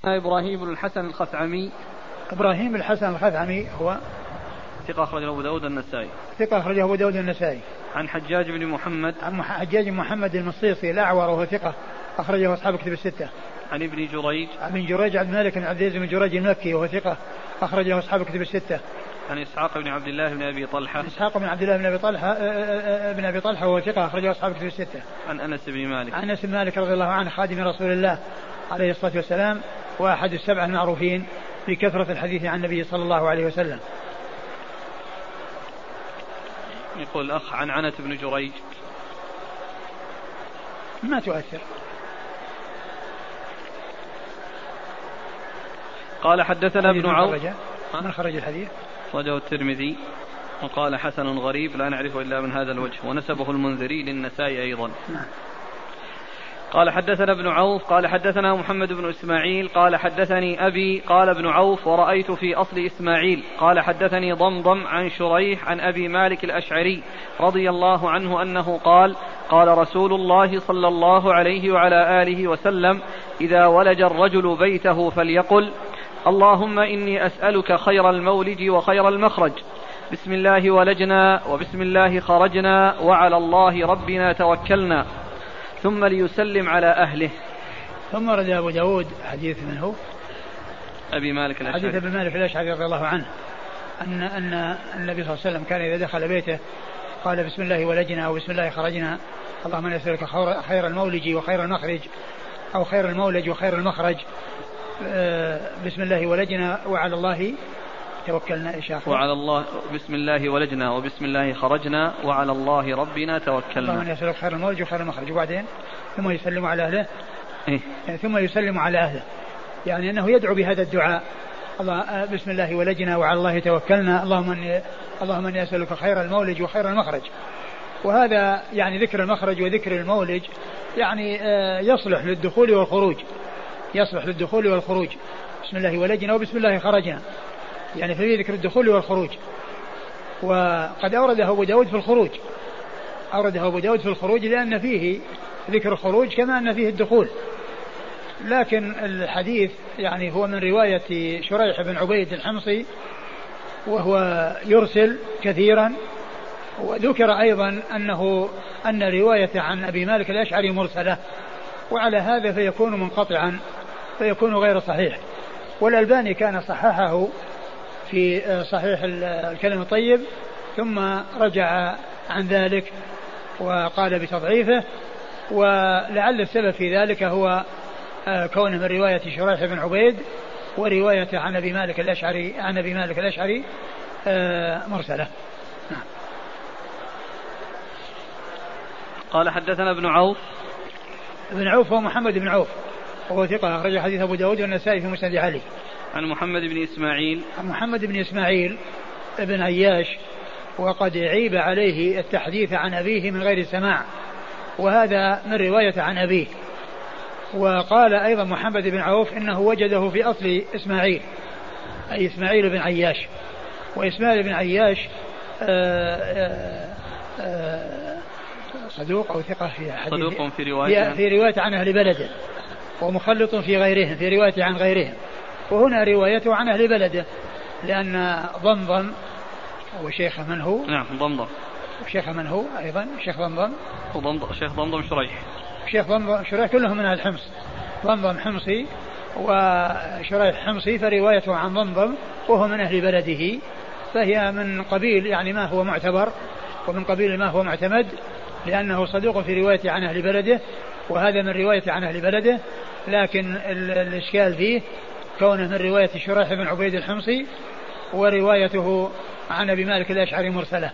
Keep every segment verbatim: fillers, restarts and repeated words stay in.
إبراهيم بن الحسن الخثعمي. إبراهيم الحسن الخثعمي هو ثقة أخرجه أبو داود النسائي. ثقة أخرجه أبو داود النسائي. عن حجاج بن محمد. عن حجاج بن محمد المصيصي الأعور وهو ثقة أخرجه أصحاب كتب الستة. عن ابن جريج. عن جريج عبد الملك بن عبد العزيز بن جريج المكي وهو ثقة أخرجه أصحاب كتب الستة. عن إسحاق بن عبد الله بن أبي طلحة. إسحاق بن عبد الله بن أبي طلحة بن أبي طلحة وهو ثقة أخرجه أصحاب كتب الستة. عن أنس بن مالك. عن أنس بن مالك رضي الله عنه خادم رسول الله عليه الصلاة والسلام وأحد السبع المعروفين بكثرة الحديث عن النبي صلى الله عليه وسلم. يقول الأخ عن عنة بن جريج. ما تؤثر. قال حدثنا ابن عوف. من خرج الحديث؟ أخرجه الترمذي وقال حسن غريب لا نعرفه إلا من هذا الوجه ونسبه المنذري للنسائي أيضا. نعم. قال حدثنا ابن عوف قال حدثنا محمد بن إسماعيل قال حدثني أبي قال ابن عوف ورأيت في أصل إسماعيل قال حدثني ضمضم عن شريح عن أبي مالك الأشعري رضي الله عنه أنه قال قال رسول الله صلى الله عليه وعلى آله وسلم إذا ولج الرجل بيته فليقل اللهم إني أسألك خير المولج وخير المخرج بسم الله ولجنا وبسم الله خرجنا وعلى الله ربنا توكلنا ثم ليسلم على أهله. ثم رد أبو داود حديث منه أبي مالك الأشعري حديث أبي مالك الأشعري رضي الله عنه أن, أن النبي صلى الله عليه وسلم كان إذا دخل بيته قال بسم الله ولجنا وبسم الله خرجنا اللهم نسألك خير المولج وخير المخرج أو خير المولج وخير المخرج بسم الله ولجنا وعلى الله توكلنا. إيش آخر؟ وعلى الله بسم الله ولجنا وبسم الله خرجنا وعلى الله ربنا توكلنا. اللهم نسألك خير المولج وخير المخرج. وبعدين ثم يسلم على أهله. إيه؟ يعني ثم يسلم على أهله يعني أنه يدعو بهذا الدعاء الله بسم الله ولجنا وعلى الله توكلنا اللهم إني اللهم إني أسألك خير المولج وخير المخرج. وهذا يعني ذكر المخرج وذكر المولج يعني يصلح للدخول والخروج يصلح للدخول والخروج. بسم الله ولجنا وبسم الله خرجنا يعني في ذكر الدخول والخروج. وقد أورده أبو داود في الخروج أورده أبو داود في الخروج لأن فيه ذكر الخروج كما أن فيه الدخول. لكن الحديث يعني هو من رواية شريح بن عبيد الحمصي وهو يرسل كثيرا. وذكر أيضا أنه أن رواية عن أبي مالك الأشعري مرسلة وعلى هذا فيكون منقطعا فيكون غير صحيح. والألباني كان صححه في صحيح الكلم الطيب ثم رجع عن ذلك وقال بتضعيفه. ولعل السبب في ذلك هو كونه من رواية شريح بن عبيد ورواية عن أبي مالك الأشعري عن أبي مالك الأشعري مرسلة. نعم. قال حدثنا ابن عوف. ابن عوف هو محمد بن عوف وهو ثقة أخرج حديث أبو داود والنسائي في مسند علي. عن محمد بن إسماعيل. عن محمد بن إسماعيل ابن عياش وقد عيب عليه التحديث عن أبيه من غير سماع وهذا من رواية عن أبيه. وقال أيضا محمد بن عوف إنه وجده في أصل إسماعيل أي إسماعيل بن عياش. وإسماعيل بن عياش آآ آآ صدوق أو ثقة في حديث صدوق في رواية في رواية عن أهل بلده ومخلط في غيرهم في رواية عن غيرهم. وهنا روايته عن أهل بلده لأن ضمضم وشيخ من هو نعم ضمضم وشيخ من هو أيضا شيخ ضمضم وضمضم شيخ ضمضم شريح شيخ ضمضم شريح كلهم من أهل حمص. ضمضم حمصي وشريح حمصي فروايته عن ضمضم وهو من أهل بلده فهي من قبيل يعني ما هو معتبر ومن قبيل ما هو معتمد لأنه صدوق في رواية عن أهل بلده وهذا من رواية عن أهل بلده. لكن الإشكال فيه كونه من رواية شريح بن عبيد الحمصي وروايته عن أبي مالك الأشعري مرسلة.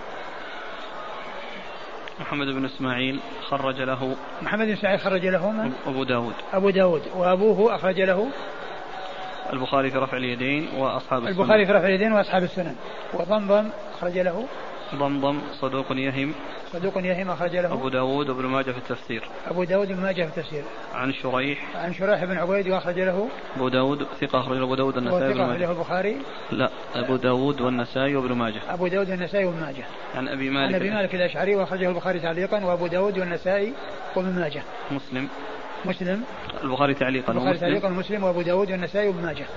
محمد بن إسماعيل خرج له محمد بن إسماعيل خرج له من؟ أبو داود أبو داود وأبوه أخرج له البخاري في رفع اليدين وأصحاب السنن. البخاري في رفع اليدين وأصحاب السنن. وضمضم أخرج له ضمضم صدوق يهم صدوق يهم أخرج له أبو داود وابن ماجه في التفسير. أبو داود وابن ماجه في التفسير. عن شريح عن شريح بن عبيد وأخرج له أبو داود ثقة أخرج له أبو داود والنسائي وابن ماجه. البخاري لا أبو داود والنسائي وابن ماجه. أبو داود والنسائي وابن ماجه. عن أبي مالك عن أبي مالك الأشعري وأخرجه البخاري تعليقا وأبو داود والنسائي وابن ماجه. مسلم مسلم البخاري تعليقا البخاري تعليقا ومسلم وأبو داود والنسائي وابن ماجه.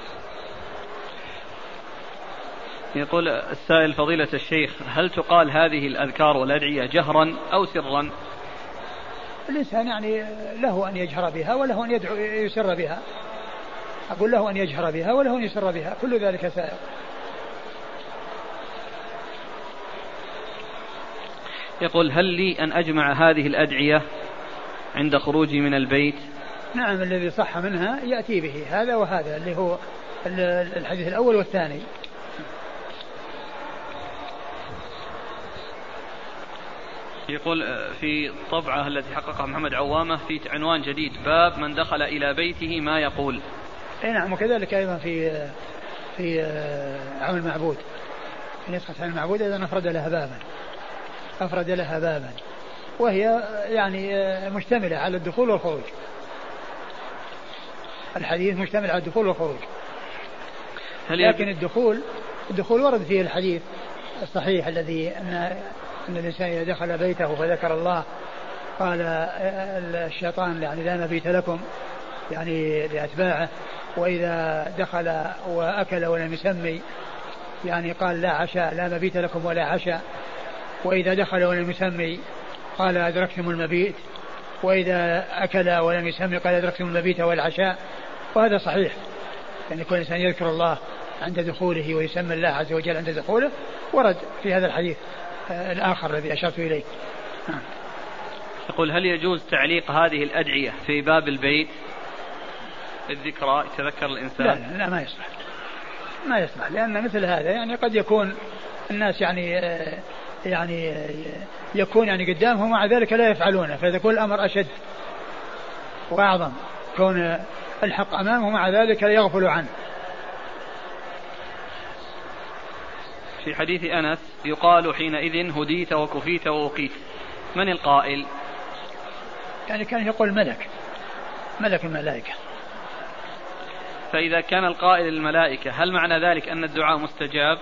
يقول السائل فضيلة الشيخ هل تقال هذه الأذكار والأدعية جهرا أو سرا؟ الإنسان يعني له أن يجهر بها وله أن يدعو يسر بها. أقول له أن يجهر بها وله أن يسر بها، كل ذلك سائر. يقول هل لي أن أجمع هذه الأدعية عند خروجي من البيت؟ نعم، الذي صح منها يأتي به هذا وهذا اللي هو الحديث الأول والثاني. يقول في طبعة التي حققها محمد عوامة في عنوان جديد باب من دخل إلى بيته ما يقول. اي نعم، وكذلك أيضا في في عون المعبود في نسخة عون المعبود أيضا أفرد لها بابا أفرد لها بابا وهي يعني مشتملة على الدخول والخروج. الحديث مشتمل على الدخول والخروج، لكن الدخول الدخول ورد فيه الحديث الصحيح الذي أن أن الإنسان إذا دخل بيته فذكر الله قال الشيطان يعني لا مبيت لكم يعني لأتباعه، وإذا دخل وأكل ولم يسمي يعني قال لا عشاء لا مبيت لكم ولا عشاء، وإذا دخل ولم يسمي قال أدركتم المبيت، وإذا أكل ولم يسمي قال أدركتم المبيت والعشاء. وهذا صحيح، يعني كل إنسان يذكر الله عند دخوله ويسمي الله عز وجل عند دخوله ورد في هذا الحديث الآخر الذي أشرت إليه. يقول هل يجوز تعليق هذه الأدعية في باب البيت الذكرى يتذكر الإنسان؟ لا, لا ما يصلح ما يصلح لأن مثل هذا يعني قد يكون الناس يعني يعني يكون يعني قدامهم ومع ذلك لا يفعلونه، فيكون الأمر أشد وأعظم، كون الحق أمامه مع ذلك لا يغفل عنه. في حديث أنس يقال حينئذ هديت وكفيت ووقيت، من القائل؟ يعني كان يقول ملك ملك الملائكة. فإذا كان القائل الملائكة هل معنى ذلك أن الدعاء مستجاب؟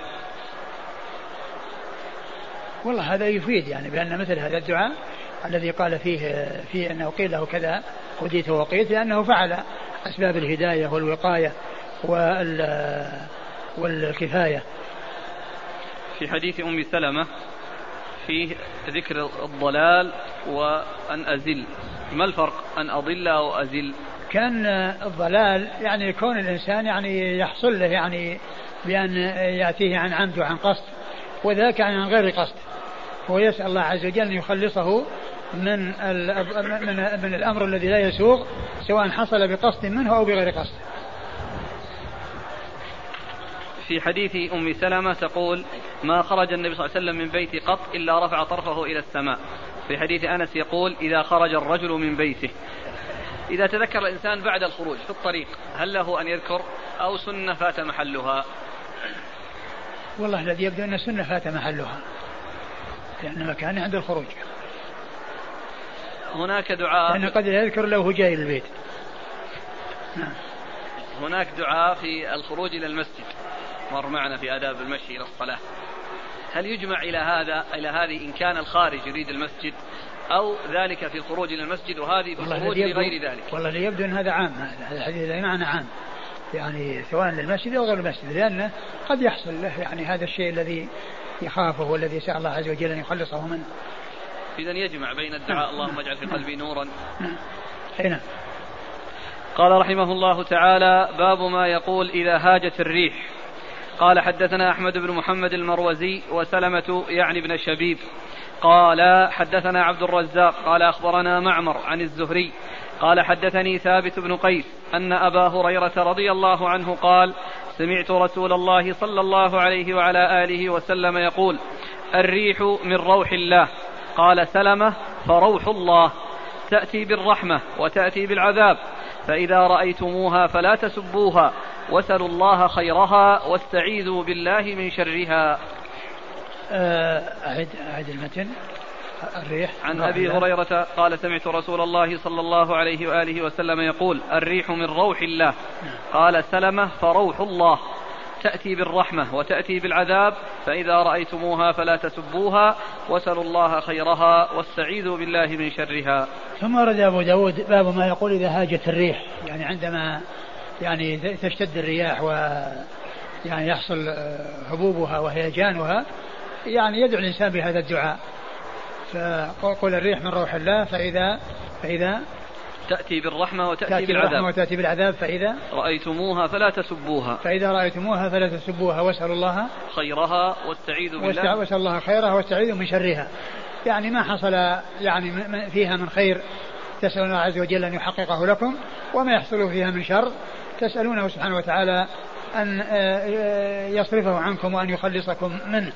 والله هذا يفيد يعني بأن مثل هذا الدعاء الذي قال فيه فيه أنه قيل له كذا هديت ووقيت لأنه فعل أسباب الهداية والوقاية والكفاية. في حديث أم سلمة فيه ذكر الضلال وأن أزل، ما الفرق أن أضل أو أزل؟ كان الضلال يعني كون الإنسان يعني يحصل له يعني بأن يأتيه عن عمد وعن قصد، وذاك عن غير قصد، ويسأل الله عز وجل أن يخلصه من, من, من الأمر الذي لا يسوغ سواء حصل بقصد منه أو بغير قصد. في حديث أم سلمة تقول ما خرج النبي صلى الله عليه وسلم من بيتي قط إلا رفع طرفه إلى السماء. في حديث أنس يقول إذا خرج الرجل من بيته. إذا تذكر الإنسان بعد الخروج في الطريق هل له أن يذكر أو سنة فات محلها؟ والله الذي يبدو أن سنة فات محلها لأن مكانه عند الخروج. هناك دعاء لأنه قد يذكر له جاي البيت. هناك دعاء في الخروج إلى المسجد مر معنا في آداب المشي إلى الصلاة، هل يجمع إلى هذا إلى هذه إن كان الخارج يريد المسجد أو ذلك في الخروج إلى المسجد وهذه في الخروج لغير ذلك؟ والله اللي يبدو أن هذا عام، هذا الحديث لا معنى عام يعني سواء للمسجد أو غير المسجد، لأنه قد يحصل له يعني هذا الشيء الذي يخافه والذي يسأل الله عز وجل أن يخلصه منه. إذن يجمع بين الدعاء اللهم اجعل في قلبي نورا. هنا قال رحمه الله تعالى باب ما يقول إذا هاجت الريح. قال حدثنا أحمد بن محمد المروزي وسلمة يعني بن شبيب قال حدثنا عبد الرزاق قال أخبرنا معمر عن الزهري قال حدثني ثابت بن قيس أن أبا هريرة رضي الله عنه قال سمعت رسول الله صلى الله عليه وعلى آله وسلم يقول الريح من روح الله. قال سلمة فروح الله تأتي بالرحمة وتأتي بالعذاب، فإذا رأيتموها فلا تسبوها وسلوا الله خيرها واستعيذوا بالله من شرها. أعد أعد المتن. الريح عن أبي هريرة قال سمعت رسول الله صلى الله عليه وآله وسلم يقول الريح من روح الله. قال سلمة فروح الله تأتي بالرحمة وتأتي بالعذاب، فإذا رأيتموها فلا تسبوها واسألوا الله خيرها واستعيذوا بالله من شرها. ثم ورد أبو داود باب ما يقول إذا هاجت الريح، يعني عندما يعني تشتد الرياح و يعني يحصل هبوبها وهيجانها، يعني يدعو الإنسان بهذا الدعاء. فقول الريح من روح الله فإذا فإذا تأتي بالرحمة وتأتي تأتي بالعذاب وتأتي بالعذاب فإذا رأيتموها فلا تسبوها فإذا رأيتموها فلا تسبوها واسألوا الله خيرها واستعيذوا بالله واسألوا الله خيرها واستعيذوا من شرها. يعني ما حصل يعني فيها من خير تسألون الله عز وجل أن يحققه لكم، وما يحصل فيها من شر تسألونه سبحانه وتعالى أن يصرفه عنكم وأن يخلصكم منه.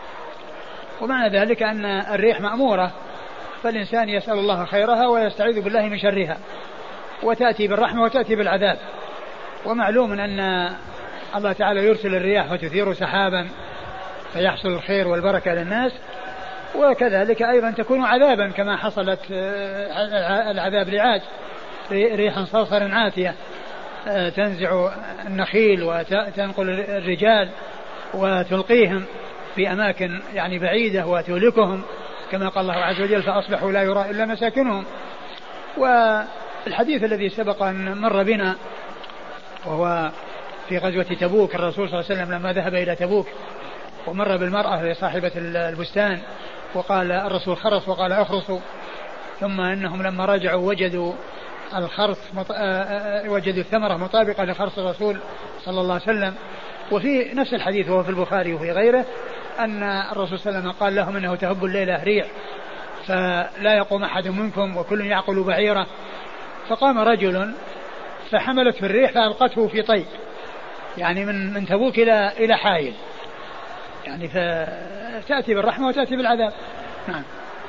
ومعنى ذلك أن الريح مأمورة، فالإنسان يسأل الله خيرها ويستعيذ بالله من شرها، وتأتي بالرحمة وتأتي بالعذاب. ومعلوم أن الله تعالى يرسل الرياح وتثير سحابا فيحصل الخير والبركة للناس، وكذلك أيضا تكون عذابا كما حصلت العذاب لعاد، ريح صرصر عاتية تنزع النخيل وتنقل الرجال وتلقيهم في أماكن يعني بعيدة وتهلكهم، كما قال الله عز وجل فأصبحوا لا يرى إلا مساكنهم. والحديث الذي سبق أن مر بنا وهو في غزوة تبوك، الرسول صلى الله عليه وسلم لما ذهب إلى تبوك ومر بالمرأة صاحبة البستان وقال الرسول خرص وقال أخرصوا، ثم أنهم لما رجعوا وجدوا الخرص مط... وجدوا الثمرة مطابقة لخرص الرسول صلى الله عليه وسلم. وفي نفس الحديث وهو في البخاري وفي غيره أن الرسول صلى الله عليه وسلم قال لهم إنه تهب الليلة ريح فلا يقوم أحد منكم وكل يعقل بعيره، فقام رجل فحملت في الريح فألقته في طيب، يعني من من تبوك إلى إلى حائل، يعني فتأتي بالرحمة وتأتي بالعذاب. نعم.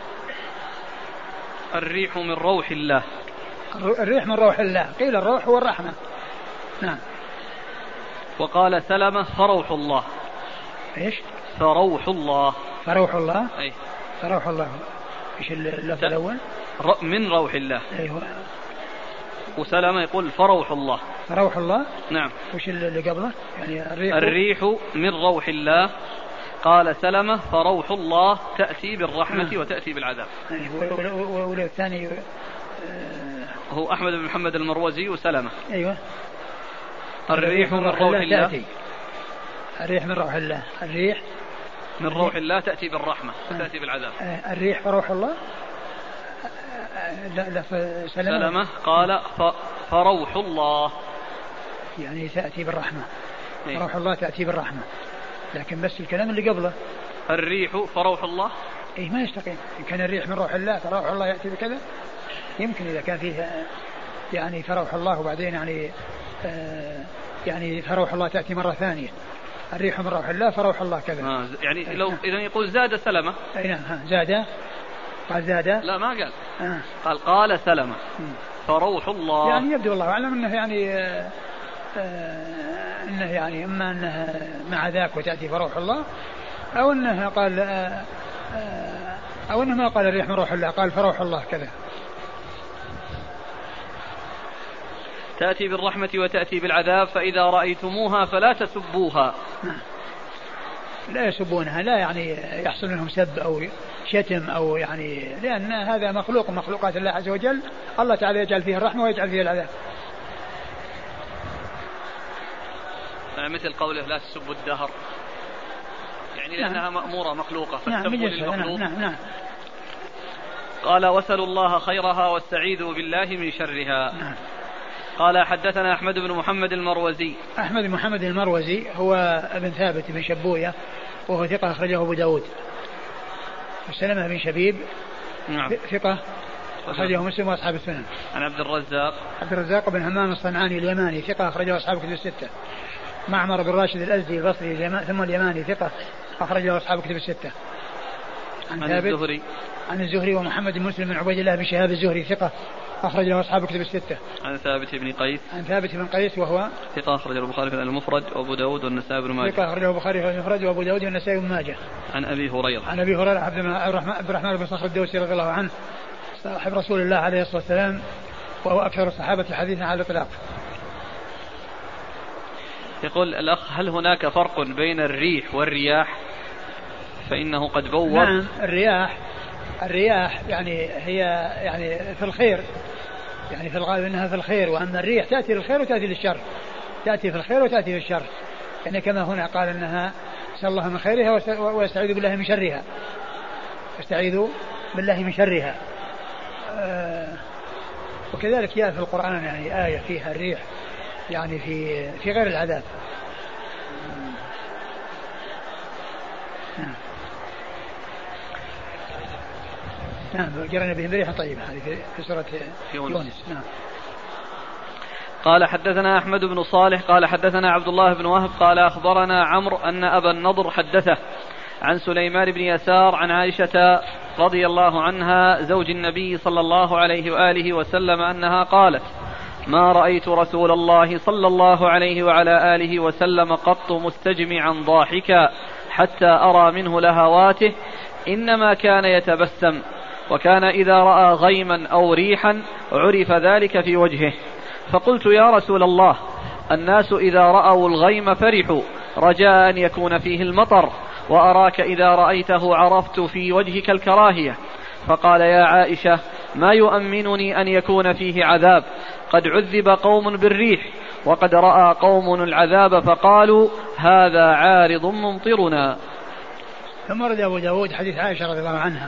الريح من روح الله. الريح من روح الله، قيل الروح هو الرحمة. نعم. وقال سلمة فروح الله. ايش؟ فروح الله. فروح الله. اي فروح الله. ايش اللفظ الاول؟ من روح الله. ايوه. وسلمة يقول فروح الله. فروح الله. نعم. وش اللي قبله؟ يعني الريح. الريح من روح الله. قال سلمة فروح الله تأتي بالرحمة آه. وتأتي بالعذاب. أيوة. والثاني هو أحمد بن محمد المروزي وسلمة. أيوة. الريح من روح الله تأتي. الريح من روح الله. الريح من روح الله تأتي بالرحمة وتأتي بالعذاب. الريح فروح الله. لا لا سلمة. سلمة قال فروح الله يعني تأتي بالرحمة. فروح الله تأتي بالرحمة، لكن بس الكلام اللي قبله الريح فروح الله إيه ما يستقيم. إن كان الريح من روح الله فروح الله يأتي بكذا يمكن، إذا كان فيه يعني فروح الله وبعدين يعني آه يعني فروح الله تأتي مرة ثانية. الريح من روح الله فروح الله كذا. آه يعني لو إذا يقول زاد سلمة. أي نعم. ها زاد. قال زاد. لا ما قال. آه. قال قال سلمة فروح الله. يعني يبدو الله أعلم أنه يعني آه آه أنه يعني إما أنه مع ذاك وتأتي فروح الله، أو أنه قال آه آه أو أنه ما قال الريح من روح الله، قال فروح الله كذا. تأتي بالرحمة وتأتي بالعذاب، فإذا رأيتموها فلا تسبوها. لا يسبونها، لا يعني يحصل منهم سب أو شتم أو يعني، لأن هذا مخلوق مخلوقات الله عز وجل، الله تعالى يجعل فيه الرحمة ويجعل فيه العذاب. مثل قوله لا تسبوا الدهر، يعني لأنها نعم. مأمورة مخلوقة فالسب للمخلوق. نعم نعم. قال واسألوا الله خيرها واستعيذوا بالله من شرها. نعم. قال حدثنا أحمد بن محمد المروزي. أحمد بن محمد المروزي هو ابن ثابت بن شبوية وهو ثقة أخرجه أبو داود. سلمة بن شبيب نعم. ثقة أخرجه مسلم وأصحاب السنن. عن عبد الرزاق. عبد الرزاق بن همام الصنعاني اليماني ثقة أخرجه أصحاب كتب الستة. معمر بن راشد الأزدي البصري ثم اليماني ثقة أخرجه أصحاب كتب الستة. عن, عن الزهري. عن الزهري ومحمد بن مسلم بن عبيد الله بن شهاب الزهري ثقة أخرج له أصحاب كتب الستة. عن ثابت بن قيس. عن ثابت بن قيس وهو ثقة أخرج له البخاري في المفرد وأبو داود والنسائي بن ماجه. ثقة أخرج له البخاري في المفرد وأبو داود والنسائي بن ماجه. عن أبي هريرة. عن أبي هريرة عبد الرحمن عبد الرحمن بن صخر الدوسي رضي الله عنه صاحب رسول الله عليه الصلاة والسلام، وهو أكثر الصحابة حديثا على الإطلاق. يقول الأخ: هل هناك فرق بين الريح والرياح؟ فإنه قد بوّر. نعم، الرياح الرياح يعني هي يعني في الخير، يعني في الغالب انها في الخير، واما الريح تاتي للخير وتاتي للشر، تاتي في الخير وتاتي في الشر، يعني كما هنا قال انها نسأل الله من خيرها ويستعيذ بالله من شرها، يستعيذ بالله من شرها. آه وكذلك جاء في القرآن يعني آية فيها الريح يعني في في غير العذاب. نعم نعم جرينا بهم بريحة طيبة، هذه في سورة يونس, يونس. نعم. قال حدثنا أحمد بن صالح قال حدثنا عبد الله بن وهب قال أخبرنا عمرو أن أبا النضر حدثه عن سليمان بن يسار عن عائشة رضي الله عنها زوج النبي صلى الله عليه وآله وسلم أنها قالت: ما رأيت رسول الله صلى الله عليه وعلى آله وسلم قط مستجمعا ضاحكا حتى أرى منه لهواته، إنما كان يتبسم، وكان إذا رأى غيما أو ريحا عرف ذلك في وجهه. فقلت: يا رسول الله، الناس إذا رأوا الغيم فرحوا رجاء أن يكون فيه المطر، وأراك إذا رأيته عرفت في وجهك الكراهية. فقال: يا عائشة، ما يؤمنني أن يكون فيه عذاب، قد عذب قوم بالريح وقد رأى قوم العذاب فقالوا هذا عارض ممطرنا. ثم ورد أبو داود حديث عائشة رضي الله عنها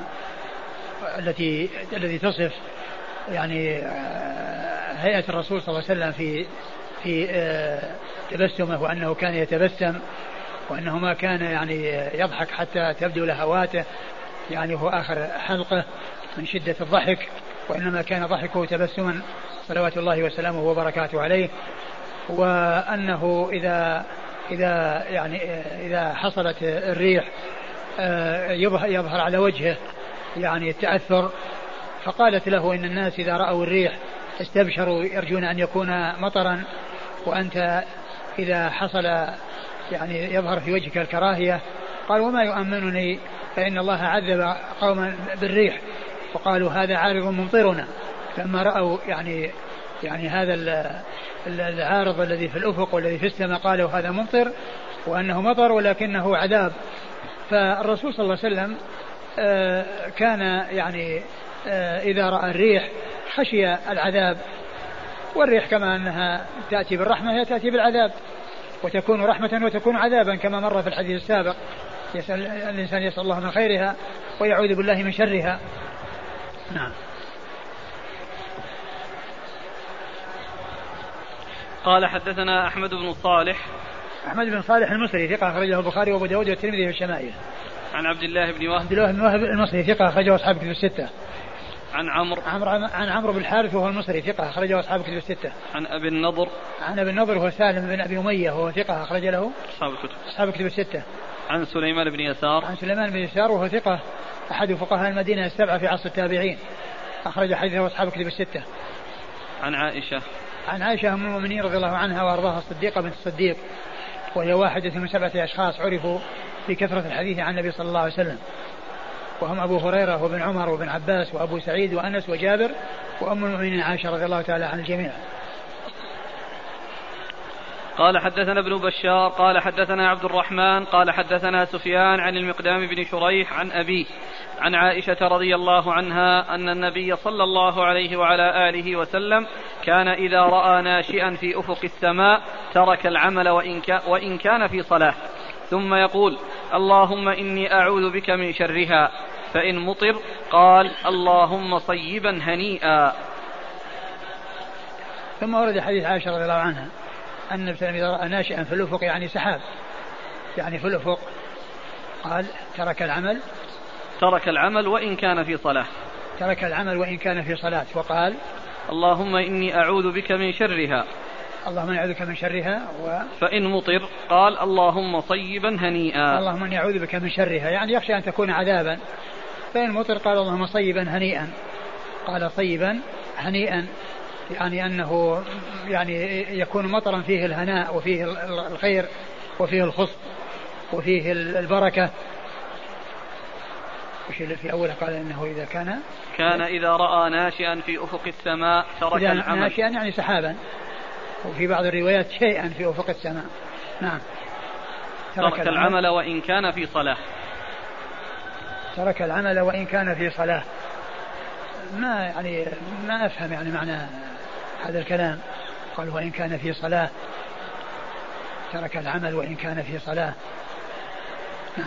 التي الذي تصف يعني هيئة الرسول صلى الله عليه وسلم في في تبسمه، وأنه كان يتبسم، وأنه ما كان يعني يضحك حتى تبدو لهواته، يعني هو آخر حلقه من شدة الضحك، وإنما كان ضحكه تبسما صلوات الله وسلامه وبركاته عليه. وأنه إذا إذا يعني إذا حصلت الريح يظهر على وجهه يعني التأثر، فقالت له: إن الناس إذا رأوا الريح استبشروا يرجون أن يكون مطرا، وأنت إذا حصل يعني يظهر في وجهك الكراهية. قال: وما يؤمنني فإن الله عذب قوما بالريح وقالوا هذا عارض ممطرنا. لما رأوا يعني يعني هذا العارض الذي في الأفق والذي في السماء قالوا هذا ممطر، وأنه مطر ولكنه عذاب. فالرسول صلى الله عليه وسلم كان يعني إذا رأى الريح خشي العذاب، والريح كما أنها تأتي بالرحمة هي تأتي بالعذاب، وتكون رحمة وتكون عذابا كما مر في الحديث السابق. يسأل الإنسان يسأل الله من خيرها ويعوذ بالله من شرها. نعم. قال حدثنا أحمد بن صالح أحمد بن صالح المصري ثقة أخرجه البخاري وأبو داود والترمذي في الشمائل. عن عبد الله بن وهب عبد الله بن وهب المصري ثقة أخرجه أصحاب كتب الستة. عن عمرو عن عمرو بن الحارث وهو المصري ثقة أخرجه أصحاب كتب الستة. عن أبي النضر عن أبي النضر هو سالم بن أبي أمية وهو ثقة أخرج له أصحاب الكتب أصحاب كتب الستة. عن سليمان بن يسار عن سليمان بن يسار وهو ثقة أحد فقهاء المدينة السبعة في عصر التابعين أخرج حديثه أصحاب كتب الستة. عن عائشة عن عائشة أم المؤمنين رضي الله عنها وأرضاها الصديقة بنت الصديق، وهي واحدة من سبعة أشخاص عرفوا في كثرة الحديث عن النبي صلى الله عليه وسلم، وهم أبو هريرة وابن عمر وابن عباس وأبو سعيد وأنس وجابر وأم المؤمنين عائشة رضي الله تعالى عن الجميع. قال حدثنا ابن بشار قال حدثنا عبد الرحمن قال حدثنا سفيان عن المقدام بن شريح عن أبيه عن عائشة رضي الله عنها أن النبي صلى الله عليه وعلى آله وسلم كان إذا رأى ناشئا في أفق السماء ترك العمل وإن كان في صلاة، ثم يقول: اللهم إني أعوذ بك من شرها، فإن مطر قال: اللهم صيبا هنيئا. ثم ورد حديث عائشة رضي الله عنها أن النبي صلى الله عليه وسلم إذا رأى ناشئا في الأفق يعني سحاب، يعني في الأفق قال ترك العمل ترك العمل وإن كان في صلاة ترك العمل وإن كان في صلاة وقال: اللهم إني أعوذ بك من شرها اللهم إني أعوذ بك من شرها و... فإن مطر قال: اللهم صيبا هنيئا. اللهم إني أعوذ بك من شرها يعني يخشى أن تكون عذابا. فإن مطر قال: اللهم صيبا هنيئا. قال صيبا هنيئا يعني أنه يعني يكون مطرا فيه الهناء وفيه الخير وفيه الخصب وفيه البركة. وش اللي في أوله؟ قال إنه إذا كان كان إذا رأى ناشئا في أفق السماء ترك العمل. ناشئا يعني سحابا، وفي بعض الروايات شيئا في أفق السماء نعم. ترك, ترك العمل وإن كان في صلاة. ترك العمل وإن كان في صلاة، ما يعني ما أفهم يعني معنى هذا الكلام. قال وإن كان في صلاة، ترك العمل وإن كان في صلاة. نعم.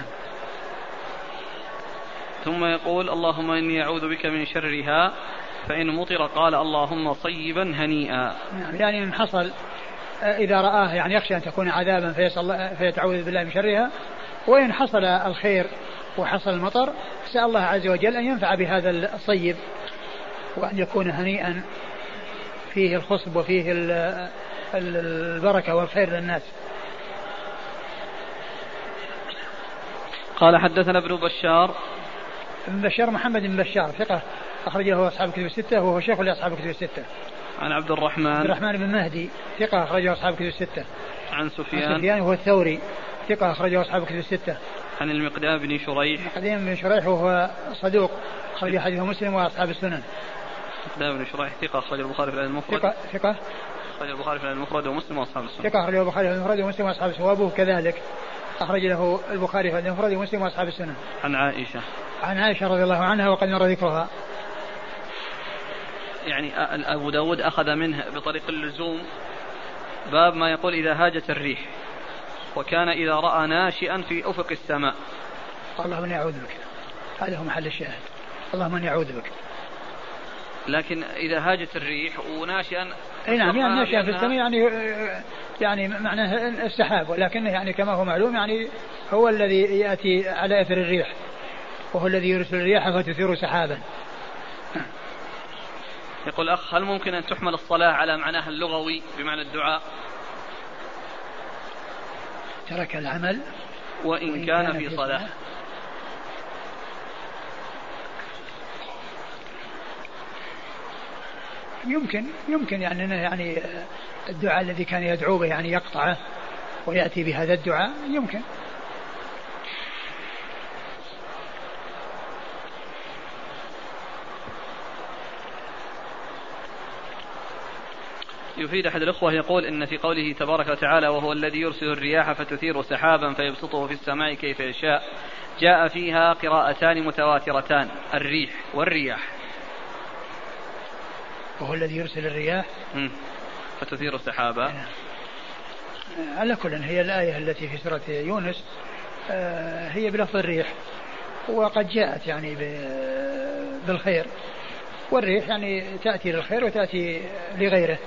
ثم يقول اللهم إني أعوذ بك من شرها، فإن مطر قال اللهم صيبا هنيئا. نعم. يعني إن حصل إذا رآه يعني يخشى أن تكون عذابا فيتعوذ بالله من شرها، وإن حصل الخير وحصل المطر سأل الله عز وجل أن ينفع بهذا الصيب، وأن يكون هنيئا فيه الخصب وفيه البركة والخير للناس. قال حدثنا ابن بشار. ابن بشار محمد بن بشار ثقة أخرج له أصحاب الكتب الستة وهو شيخ لأصحاب الكتب الستة. عن عبد الرحمن عبد الرحمن بن مهدي ثقة أخرجه أصحاب الكتب الستة. عن سفيان عن سفيان وهو الثوري ثقة أخرجه أصحاب الكتب الستة. عن المقدام بن شريح. المقدام بن شريح وهو صدوق أخرج حديثه مسلم وأصحاب السنن. المقدام بن شريح ثقة أخرج البخاري في المفرد. ثقة ثقة أخرج البخاري في المفرد ومسلم وأصحاب السنن. ثقة أخرج البخاري في المفرد ومسلم وأصحاب السنن، وأبوه كذلك أخرج له البخاري في المفرد ومسلم وأصحاب السنن. عن عائشة. عن عائشة رضي الله عنها وقد مر ذكرها. يعني أبو داود أخذ منه بطريق اللزوم باب ما يقول إذا هاجت الريح، وكان إذا رأى ناشئا في أفق السماء قال اللهم إني أعوذ بك. هذا هو محل الشاهد، اللهم إني أعوذ بك. لكن إذا هاجت الريح وناشئا، أي نعم، يعني ناشئا في السماء يعني يعني معناه السحاب، ولكنه يعني كما هو معلوم يعني هو الذي يأتي على أثر الريح، وهو الذي يرسل الرياح فتثير سحابا. يقول أخ هل ممكن أن تحمل الصلاة على معناها اللغوي بمعنى الدعاء؟ ترك العمل وإن, وإن كان, كان في صلاة, صلاة. يمكن يمكن يعني يعني الدعاء الذي كان يدعو به يعني يقطعه ويأتي بهذا الدعاء يمكن. يفيد أحد الأخوة يقول إن في قوله تبارك وتعالى وهو الذي يرسل الرياح فتثير سحابا فيبسطه في السماء كيف يشاء، جاء فيها قراءتان متواترتان، الريح والرياح. وهو الذي يرسل الرياح فتثير سحابا. على كل هي الآية التي في سورة يونس هي بلفظ الريح، وقد جاءت يعني بالخير، والريح يعني تأتي للخير وتأتي لغيره.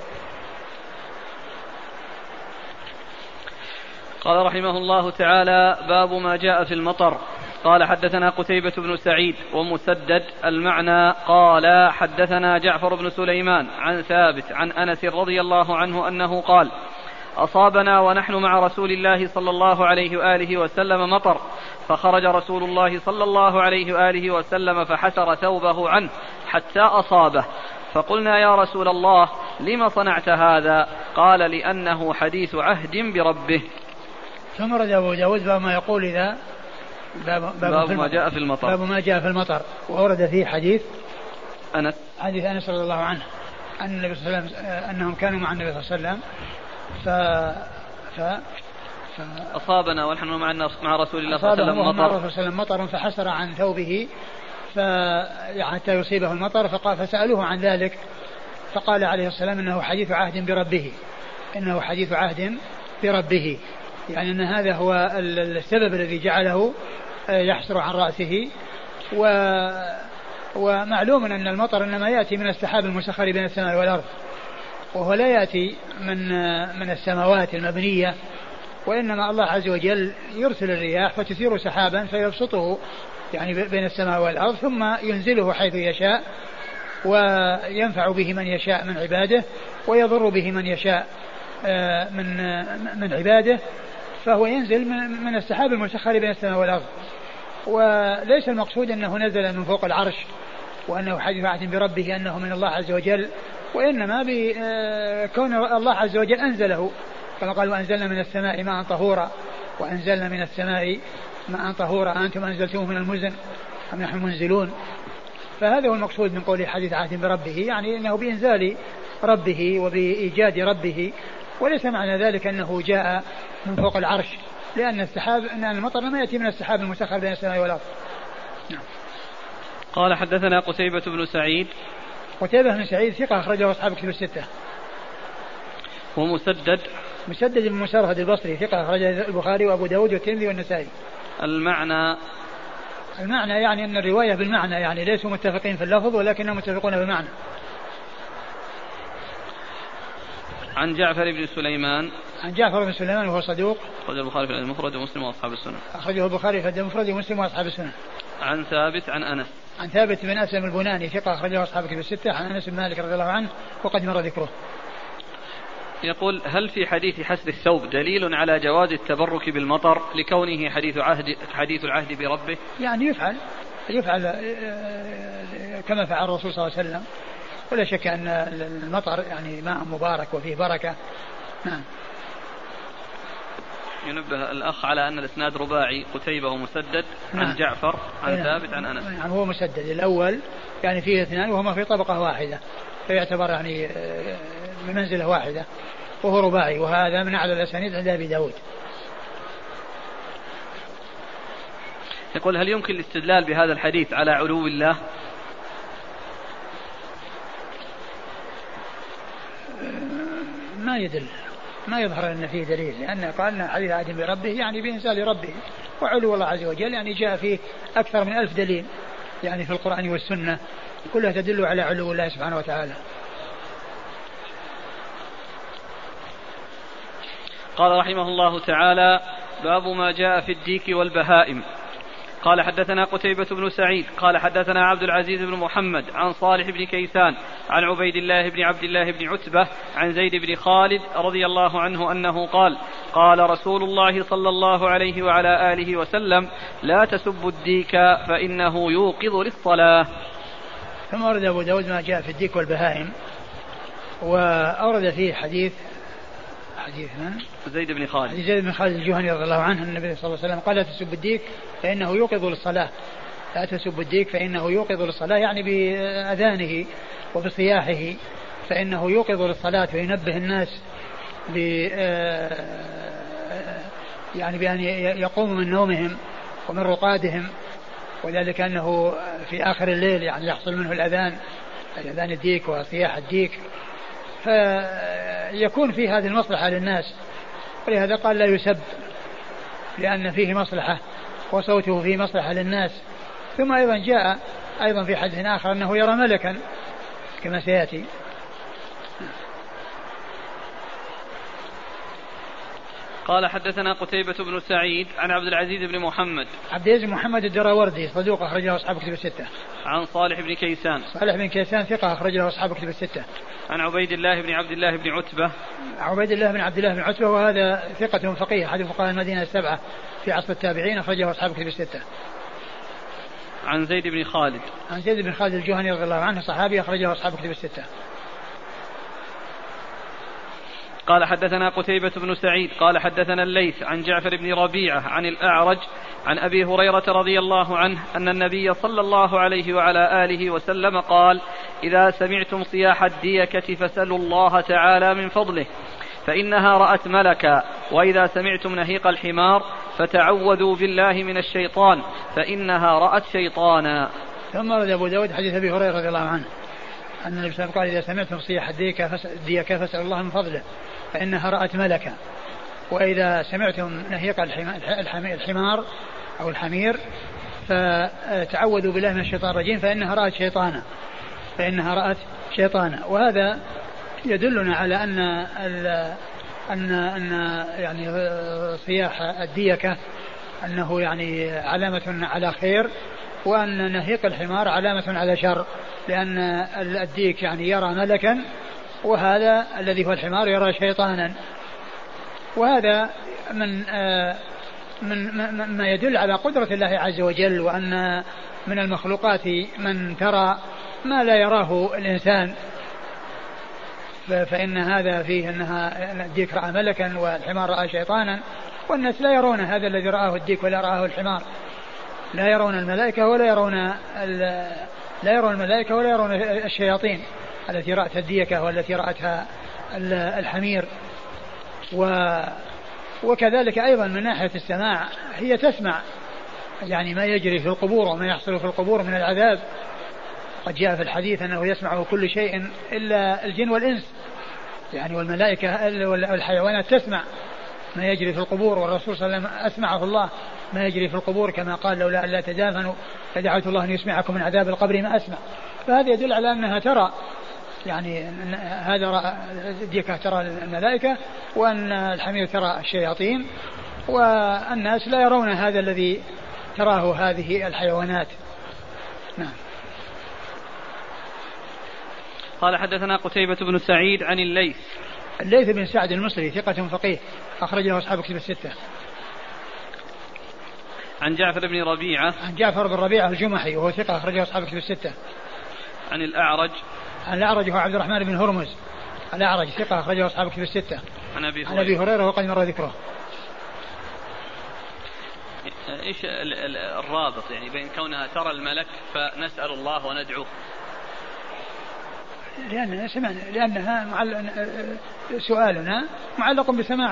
قال رحمه الله تعالى باب ما جاء في المطر. قال حدثنا قتيبة بن سعيد ومسدد المعنى قال حدثنا جعفر بن سليمان عن ثابت عن أنس رضي الله عنه أنه قال أصابنا ونحن مع رسول الله صلى الله عليه وآله وسلم مطر، فخرج رسول الله صلى الله عليه وآله وسلم فحسر ثوبه عنه حتى أصابه، فقلنا يا رسول الله لما صنعت هذا؟ قال لأنه حديث عهد بربه. ثم رد أبو داود باب ما يقول إذا باب, باب, باب ما جاء في المطر باب ما جاء في المطر وورد فيه حديث أنس حديث أنس رضي الله عنه أن النبي صلى الله عليه وسلم أنهم كانوا مع النبي صلى الله عليه وسلم ف ف ف أصابنا ونحن مع مع رسول الله صلى الله عليه وسلم مطر مع رسول الله مطر فحسر عن ثوبه حتى يصيبه المطر، فقال فسألوه عن ذلك فقال عليه الصلاة والسلام إنه حديث عهد بربه، إنه حديث عهد بربه، يعني أن هذا هو السبب الذي جعله يحسر عن رأسه. و ومعلوم أن المطر إنما يأتي من السحاب المسخر بين السماء والأرض، وهو لا يأتي من من السماوات المبنية، وإنما الله عز وجل يرسل الرياح فتثير سحابا فيبسطه يعني بين السماء والأرض ثم ينزله حيث يشاء وينفع به من يشاء من عباده ويضر به من يشاء من من عباده، فهو ينزل من السحاب المسخر بين السماء والأرض. وليس المقصود أنه نزل من فوق العرش وأنه حديث عهد بربه أنه من الله عز وجل، وإنما بكون الله عز وجل أنزله، كما قال وأنزلنا من السماء ماء طهورا وأنزلنا من السماء ماء طهورا أنتم أنزلتموه من المزن أم نحن منزلون. فهذا هو المقصود من قوله حديث عهد بربه، يعني أنه بإنزال ربه وبإيجاد ربه وليس معنى ذلك أنه جاء من فوق العرش، لأن السحاب أن المطر ما يأتي من السحاب المسخر بين السماء والأرض. نعم. قال حدثنا قتيبة بن سعيد. قتيبة بن سعيد ثقة أخرجه أصحاب كتب الستة. ومسدد. مسدد بن مسرهد البصري ثقة أخرجه البخاري وأبو داود والترمذي والنسائي. المعنى المعنى يعني أن الرواية بالمعنى، يعني ليسوا متفقين في اللفظ ولكنهم متفقون بالمعنى. عن جعفر بن سليمان. عن جعفر بن سليمان وهو صدوق. أخرجه البخاري في المفرد ومسلم وأصحاب السنن. أخرجه البخاري في المفرد ومسلم وأصحاب السنن. عن ثابت عن أنس. عن ثابت بن أسلم البناني ثقة أخرجه أصحاب الكتب الستة. عن أنس بن مالك رضي الله عنه وقد مر ذكره. يقول: هل في حديث حسر الثوب دليل على جواز التبرك بالمطر لكونه حديث عهد حديث العهد بربه؟ يعني يفعل يفعل كما فعل الرسول صلى الله عليه وسلم، ولا شك أن المطر يعني ماء مبارك وفيه بركة. نعم. ينبه الأخ على أن الإسناد رباعي، قتيبة ومسدد عن نعم. جعفر عن نعم. ثابت عن أنس. يعني هو مسدد الأول يعني فيه اثنان وهما في طبقة واحدة، فيعتبر يعني بمنزلة واحدة، وهو رباعي، وهذا من أعلى الأسانيد عند أبي داود. يقول: هل يمكن الاستدلال بهذا الحديث على علو الله؟ ما يدل، ما يظهر أن فيه دليل، لأن قالنا حديث عهد بربه يعني بإنزال ربه، وعلو الله عز وجل يعني جاء فيه أكثر من ألف دليل يعني في القرآن والسنة كلها تدل على علو الله سبحانه وتعالى. قال رحمه الله تعالى: باب ما جاء في الديك والبهائم. قال حدثنا قتيبة بن سعيد قال حدثنا عبد العزيز بن محمد عن صالح بن كيسان عن عبيد الله بن عبد الله بن عتبة عن زيد بن خالد رضي الله عنه أنه قال: قال رسول الله صلى الله عليه وعلى آله وسلم: لا تسبوا الديك فإنه يوقظ للصلاة. ثم أورد أبو داود ما جاء في الديك والبهائم، وأورد فيه حديث حديث من؟ زيد بن خالد. زيد بن خالد الجهني رضي الله عنه النبي صلى الله عليه وسلم قال: لا تسب الديك فإنه يوقظ للصلاة. لا تسب الديك فإنه يوقظ للصلاة، يعني بأذانه وبصياحه، فإنه يوقظ للصلاة وينبه الناس ب يعني بأن يقوموا من نومهم ومن رقادهم، وذلك أنه في آخر الليل يعني يحصل منه الأذان الأذان الديك وصياح الديك، فيكون في هذه المصلحة للناس، ولهذا قال لا يسب لأن فيه مصلحة وصوته فيه مصلحة للناس. ثم أيضا جاء أيضا في حديث آخر أنه يرى ملكا كما سيأتي. قال حدثنا قتيبة بن سعيد عن عبد العزيز بن محمد. عبد العزيز بن محمد الدراوردي صدوق أخرجه أصحاب كتب الستة. عن صالح بن كيسان. صالح بن كيسان ثقة أخرجه أصحاب كتب الستة. عن عبيد الله بن عبد الله بن عتبة. عبيد الله بن عبد الله بن عتبة وهذا ثقة فقيه أحد فقهاء المدينة السبعة في عصر التابعين أخرجه أصحاب كتب الستة. عن زيد بن خالد. عن زيد بن خالد الجهني رضي الله عنه صحابي أخرجه أصحاب كتب الستة. قال حدثنا قتيبة بن سعيد قال حدثنا الليث عن جعفر بن ربيعة عن الأعرج عن أبي هريرة رضي الله عنه أن النبي صلى الله عليه وعلى آله وسلم قال: إذا سمعتم صياح الديكة فسلوا الله تعالى من فضله فإنها رأت ملكا، وإذا سمعتم نهيق الحمار فتعوذوا بالله من الشيطان فإنها رأت شيطانا. ثم رد أبو داود حديث أبي هريرة رضي الله عنه أن النبي صلى الله عليه وسلم قال: إذا سمعتم صياح الديكة فسلوا الله من فضله فإنها رأت ملكا، وإذا سمعتم نهيق الحمار أو الحمير فتعوذوا بالله من الشيطان الرجيم فإنها رأت شيطانا فإنها رأت شيطانا. وهذا يدلنا على أن أن أن يعني صياح الديكة أنه يعني علامة على خير، وأن نهيق الحمار علامة على شر، لأن الديك يعني يرى ملكا، وهذا الذي هو الحمار يرى شيطانا. وهذا من من ما يدل على قدرة الله عز وجل، وأن من المخلوقات من ترى ما لا يراه الإنسان، فإن هذا فيه أنها الديك رأى ملكا والحمار رأى شيطانا، والناس لا يرون هذا الذي رآه الديك ولا رآه الحمار، لا يرون الملائكة ولا يرون لا يرون الملائكة ولا يرون الشياطين التي رأتها الديكة والتي رأتها الحمير. و وكذلك أيضا من ناحية السماع هي تسمع يعني ما يجري في القبور وما يحصل في القبور من العذاب. قد جاء في الحديث أنه يسمع كل شيء إلا الجن والإنس يعني والملائكة والحيوانات تسمع ما يجري في القبور، والرسول صلى الله عليه وسلم أسمعه الله ما يجري في القبور كما قال لولا أن لا تدافنوا فدعوت الله أن يسمعكم من عذاب القبر ما أسمع. فهذا يدل على أنها ترى يعني هذا الديكة ترى الملائكة وأن الحمير ترى الشياطين، والناس لا يرون هذا الذي تراه هذه الحيوانات. نعم. قال حدثنا قتيبة بن سعيد عن الليث الليث بن سعد المصري ثقة فقيه أخرج له أصحاب كتب الستة. عن جعفر بن ربيعة عن جعفر بن ربيعة الجمحي وهو ثقة أخرج له أصحاب كتب الستة. عن الأعرج عن الأعرج هو عبد الرحمن بن هرمز الأعرج ثقة أخرج له أصحاب كتب الستة. عن أبي عن أبي هريرة وقد مر ذكره. إيش الرابط يعني بين كونها ترى الملك فنسأل الله وندعوه؟ لأنها سمعنا لأنها معل... سؤالنا معلق بسماع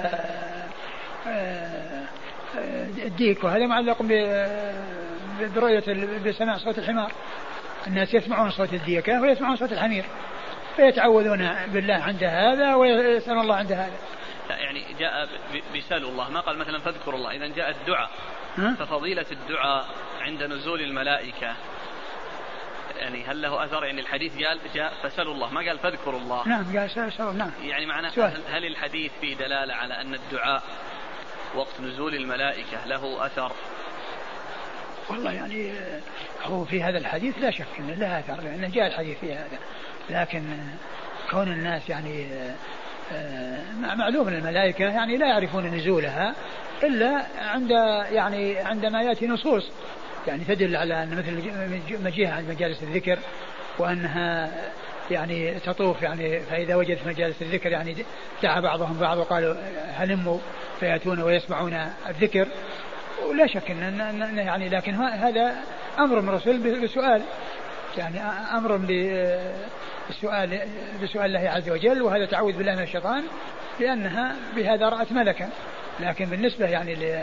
الديك، وهذا معلق برؤية بسماع صوت الحمار. الناس يسمعون صوت الديكة ويسمعون صوت الحمير فيتعوذون بالله عند هذا ويسألون الله عند هذا. لا يعني جاء بسأل الله ما قال مثلا فاذكر الله. إذا جاء الدعاء ففضيلة الدعاء عند نزول الملائكة يعني هل له أثر؟ يعني الحديث قال جاء فسألوا الله ما قال فاذكروا الله. نعم قال سألوا. نعم. يعني معناه هل الحديث فيه دلالة على أن الدعاء وقت نزول الملائكة له أثر؟ والله يعني هو في هذا الحديث لا شك أنه له أثر لأنه جاء الحديث في هذا، لكن كون الناس يعني معلوم ان الملائكة يعني لا يعرفون نزولها إلا عند يعني عندما يأتي نصوص يعني تدل على أن مثل مجيئها عند مجالس الذكر وأنها يعني تطوف يعني فإذا وجدت مجالس الذكر يعني دعا بعضهم بعض وقالوا هلموا فيأتون ويسمعون الذكر. ولا شك أن يعني لكن هذا أمر من الرسول بسؤال يعني أمر بالسؤال بسؤال الله عز وجل، وهذا تعوذ بالله من الشيطان لأنها بهذا رأت ملكا. لكن بالنسبة يعني ل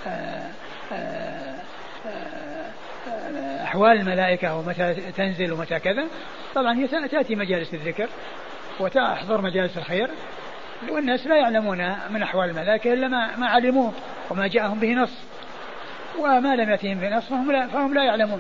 أحوال الملائكة ومتى تنزل ومتى كذا طبعا هي تأتي مجالس الذكر وتحضر مجالس الخير، والناس لا يعلمون من أحوال الملائكة إلا ما, ما علموه وما جاءهم به نص، وما لم يأتهم به نص فهم لا, فهم لا يعلمون.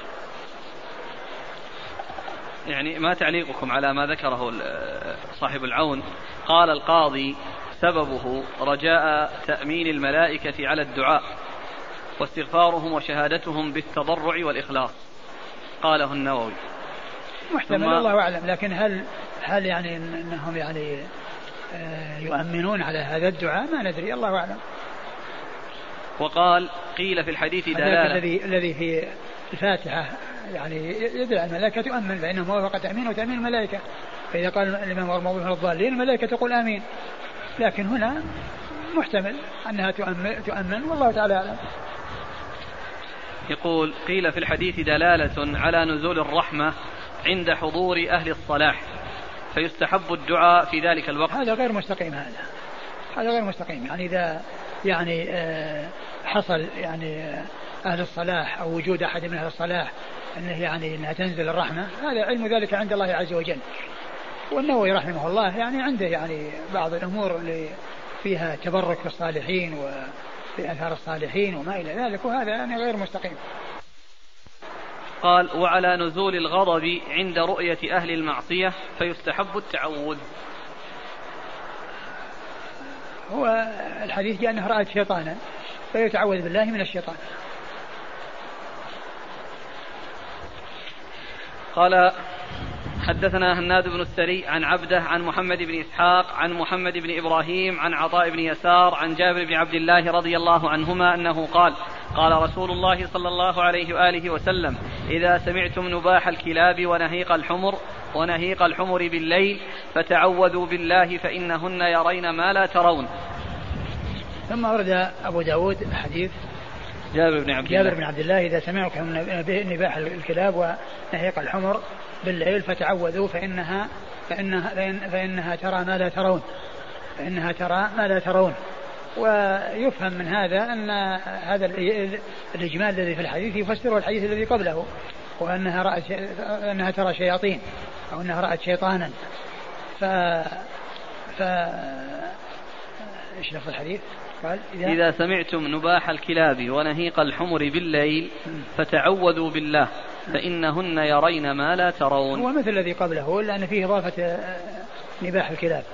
يعني ما تعليقكم على ما ذكره صاحب العون؟ قال القاضي سببه رجاء تأمين الملائكة على الدعاء واستغفارهم وشهادتهم بالتضرع والإخلاص. قاله النووي. محتمل الله أعلم، لكن هل هل يعني أنهم يعني يؤمنون على هذا الدعاء ما ندري، الله أعلم. وقال قيل في الحديث دلالة الذي الذي في الفاتحة يعني يدعى الملائكة تؤمن فإنه موافق تأمين وتأمين الملائكة، فإذا قال الإمام والموضوع من الضالين الملائكة تقول آمين، لكن هنا محتمل أنها تؤمن, تؤمن والله تعالى أعلم. يقول قيل في الحديث دلالة على نزول الرحمة عند حضور أهل الصلاح فيستحب الدعاء في ذلك الوقت. هذا غير مستقيم، هذا هذا غير مستقيم. يعني إذا يعني حصل يعني أهل الصلاح أو وجود أحد من أهل الصلاح أنه يعني أنها تنزل الرحمة، هذا علم ذلك عند الله عز وجل. والنووي رحمه الله يعني عنده يعني بعض الأمور اللي فيها تبرك في الصالحين وفي أثار الصالحين وما إلى ذلك، وهذا يعني غير مستقيم. قال وعلى نزول الغضب عند رؤية أهل المعصية فيستحب التعوذ. هو الحديث جاء أنه رأت شيطانا فيتعوذ بالله من الشيطان. قال حدثنا هناد بن السري عن عبده عن محمد بن إسحاق عن محمد بن إبراهيم عن عطاء بن يسار عن جابر بن عبد الله رضي الله عنهما أنه قال قال رسول الله صلى الله عليه وآله وسلم إذا سمعتم نباح الكلاب ونهيق الحمر ونهيق الحمر بالليل فتعوذوا بالله فإنهن يرين ما لا ترون. ثم ورد أبو داود حديث جابر بن عبد الله جابر بن عبد الله إذا سمعتم نباح الكلاب ونهيق الحمر بالليل فتعوذوا فإنها فإنها, فإنها ترى ما لا ترون. فإنها ترى ما لا ترون. ويفهم من هذا أن هذا الإجمال الذي في الحديث يفسر الحديث الذي قبله، وأنها رأت أنها ترى شياطين أو أنها رأت شيطانا. ف ف إيش لفظ الحديث؟ قال إذا, إذا سمعتم نباح الكلاب ونهيق الحمر بالليل فتعوذوا بالله فإنهن يرين ما لا ترون. هو مثل الذي قبله لأن فيه إضافة نباح الكلاب.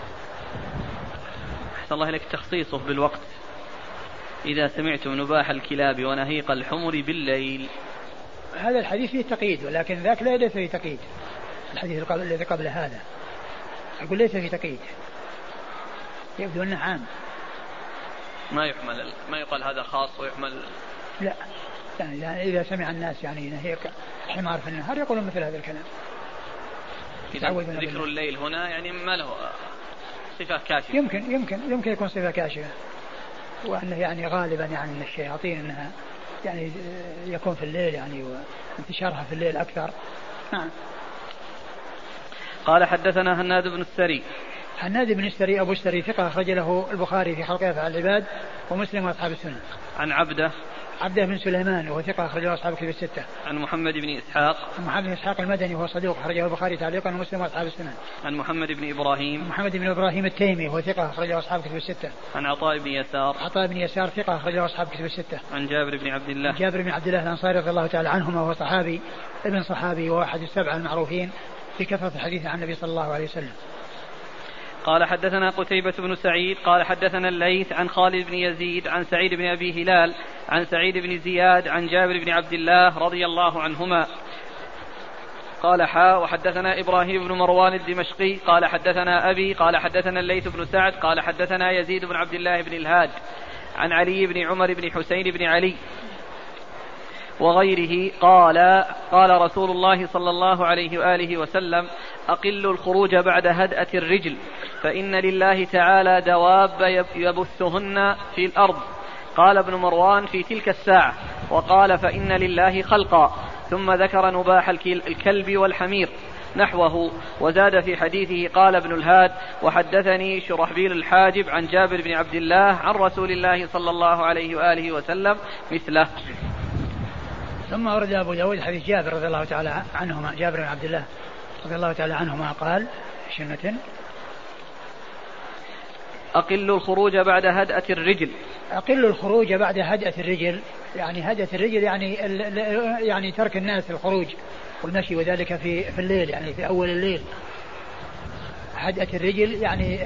أحسن الله لك تخصيصه بالوقت. إذا سمعتم نباح الكلاب ونهيق الحمر بالليل. هذا الحديث فيه تقييد، ولكن ذاك لا ليس فيه تقييد. الحديث الذي قبل هذا أقول ليس فيه تقييد، يبدو أنه عام. ما يحمل ما يقال هذا خاص ويحمل. لا يعني إذا سمع الناس يعني نهيق حمار في النهار يقولون مثل هذا الكلام. ذكر الليل هنا يعني ما له صفة كاشفة. يمكن يمكن يمكن يكون صفة كاشفة، وأنه يعني غالبا يعني من الشياطين أنها يعني يكون في الليل يعني وانتشارها في الليل أكثر. نعم. قال حدثنا هناد بن السري. هناد بن السري أبو السري ثقة أخرج له البخاري في خلق أفعال العباد ومسلم وأصحاب السنن. عن عبده عبده بن سليمان وهو ثقة أخرجه أصحاب الكتب الستة. عن محمد بن إسحاق. عن محمد بن إسحاق المدني وهو صدوق أخرجه البخاري تعليقا ومسلم وأصحاب السنن. عن محمد بن إبراهيم. عن محمد بن إبراهيم التيمي وهو ثقة أخرجه أصحاب الكتب الستة. عن عطاء بن يسار. عطاء بن يسار ثقة أخرجه أصحاب الكتب الستة. عن جابر بن عبد الله. جابر بن عبد الله الأنصاري رضي الله تعالى عنهما وهو صحابي ابن صحابي وأحد السبعة المعروفين بكثرة الحديث عن النبي صلى الله عليه وسلم. قال حدثنا قتيبة بن سعيد قال حدثنا الليث عن خالد بن يزيد عن سعيد بن أبي هلال عن سعيد بن زياد عن جابر بن عبد الله رضي الله عنهما قال حا وحدثنا إبراهيم بن مروان الدمشقي قال حدثنا أبي قال حدثنا الليث بن سعد قال حدثنا يزيد بن عبد الله بن الهاد عن علي بن عمر بن حسين بن علي وغيره قال قال رسول الله صلى الله عليه وآله وسلم أقل الخروج بعد هدأة الرجل فإن لله تعالى دواب يبثهن في الأرض. قال ابن مروان في تلك الساعة وقال فإن لله خلقا ثم ذكر نباح الكلب والحمير نحوه وزاد في حديثه قال ابن الهاد وحدثني شرحبيل الحاجب عن جابر بن عبد الله عن رسول الله صلى الله عليه وآله وسلم مثله. ثم ورد أبو داود حديث جابر رضي الله تعالى عنهما جابر بن عبد الله رضي الله تعالى عنهما قال شنة أقل الخروج بعد هدأة الرجل. أقل الخروج بعد هدأة الرجل يعني هدأة الرجل يعني يعني ترك الناس الخروج والمشي وذلك في في الليل يعني في أول الليل. هدأة الرجل يعني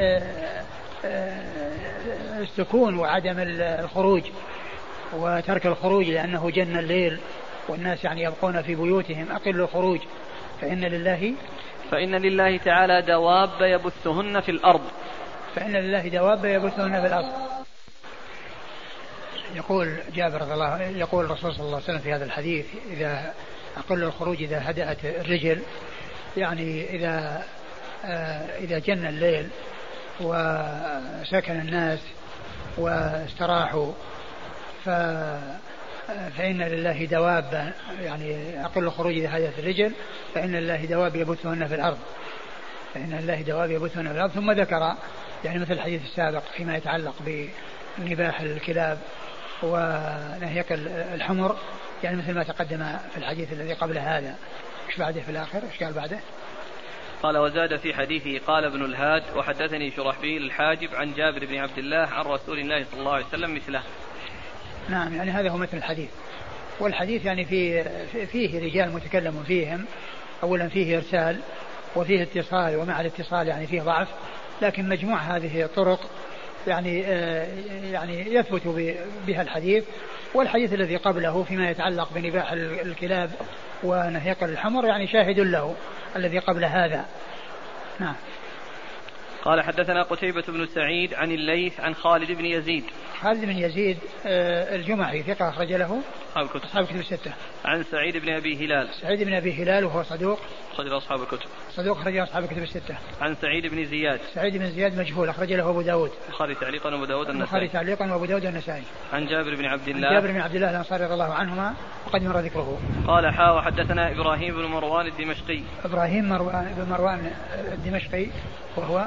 السكون وعدم الخروج وترك الخروج لأنه جن الليل والناس يعني يبقون في بيوتهم. أقل الخروج فإن لله فإن لله تعالى دواب يبثهن في الأرض فإن لله دواب يبثهن في الأرض. يقول جابر رضي الله يقول الرسول صلى الله عليه وسلم في هذا الحديث إذا أقل الخروج إذا هدأت الرجل يعني إذا إذا جن الليل وسكن الناس واستراحوا ف فإن لله دواب يعني أقل الخروج إذا هدأت الرجل فإن لله دواب يبثهن في الأرض فإن لله دواب يبثهن في الأرض. ثم ذكر يعني مثل الحديث السابق فيما يتعلق بنباح الكلاب ونهيق الحمر يعني مثل ما تقدم في الحديث الذي قبل هذا. ايش بعده في الآخر ايش قال بعده؟ قال وزاد في حديثه قال ابن الهاد وحدثني شرحبيل الحاجب عن جابر بن عبد الله عن رسول الله صلى الله عليه وسلم مثله. نعم يعني هذا هو مثل الحديث. والحديث يعني فيه, فيه رجال متكلم فيهم أولا فيه إرسال وفيه اتصال ومع الاتصال يعني فيه ضعف لكن مجموع هذه الطرق يعني يعني يثبت بها الحديث. والحديث الذي قبله فيما يتعلق بنباح الكلاب ونهيق الحمر يعني شاهد له الذي قبل هذا. نعم. قال حدثنا قتيبة بن سعيد عن الليث عن خالد بن يزيد. خالد بن يزيد الجمحي ثقة أخرج له أصحاب الكتب الستة. عن سعيد بن أبي هلال. سعيد بن أبي هلال وهو صدوق أخرج له أصحاب الكتب. صدوق أخرج له أصحاب الكتب الستة. عن سعيد بن زياد. سعيد بن زياد مجهول أخرج له أبو داود. البخاري تعليقا وأبو داود النسائي. البخاري تعليقا وأبو داود النسائي. عن جابر بن عبد الله. عن جابر بن عبد الله الأنصاري رضي الله عنهما وقد مر ذكره. قال حا وحدثنا إبراهيم بن مروان الدمشقي. إبراهيم مروان بن مروان الدمشقي وهو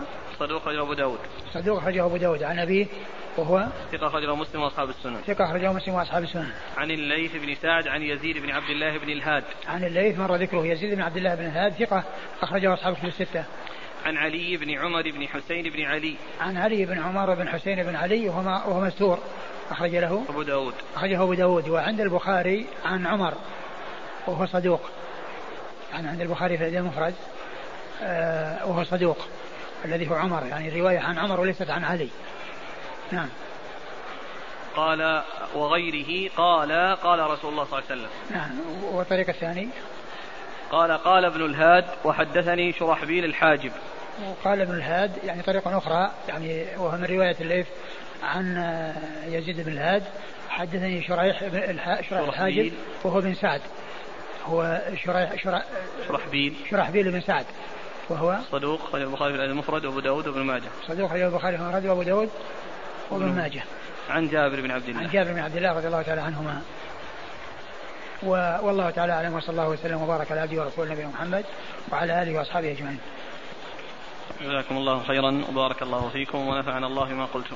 صدوق أخرجه أبو داود. صدوق أخرجه أبو داود. عن أبيه وهو ثقة أخرجه مسلم وأصحاب السنن. ثقة أخرجه مسلم وأصحاب السنن. عن الليث بن سعد عن يزيد بن عبد الله بن الهاد. عن الليث مر ذكره. يزيد بن عبد الله بن الهاد ثقة أخرجه أصحاب الكتب الستة. عن علي بن عمر بن حسين بن علي. عن علي بن عمر بن حسين بن علي وهو مستور أخرج له أبو داود. أخرجه أبو داود. وعند البخاري عن عمر وهو صدوق. عن عند البخاري في المفرد آه وهو صدوق الذي هو عمر، يعني رواية عن عمر وليست عن علي. نعم. قال وغيره قال قال رسول الله صلى الله عليه وسلم. نعم. والطريق الثاني قال قال ابن الهاد وحدثني شرحبيل الحاجب. وقال ابن الهاد يعني طريقة أخرى يعني وهو من رواية الليث عن يزيد بن الهاد. حدثني شريح شريح الحاجب وهو بن سعد. هو شريح شرح شرحبيل شرحبيل بن سعد وهو صدوق أخرجه البخاري في المفرد وأبو داود وابن ماجه. صدوق أخرجه البخاري في المفرد وأبو داود وابن ماجه. عن جابر بن عبد الله. عن جابر بن عبد الله رضي الله تعالى عنهما. والله تعالى أعلم، وصلى الله وسلم وبارك على عبده ورسوله نبينا محمد وعلى آله وأصحابه أجمعين. جزاكم الله خيرا وبارك الله فيكم ونفعنا الله ما قلتم.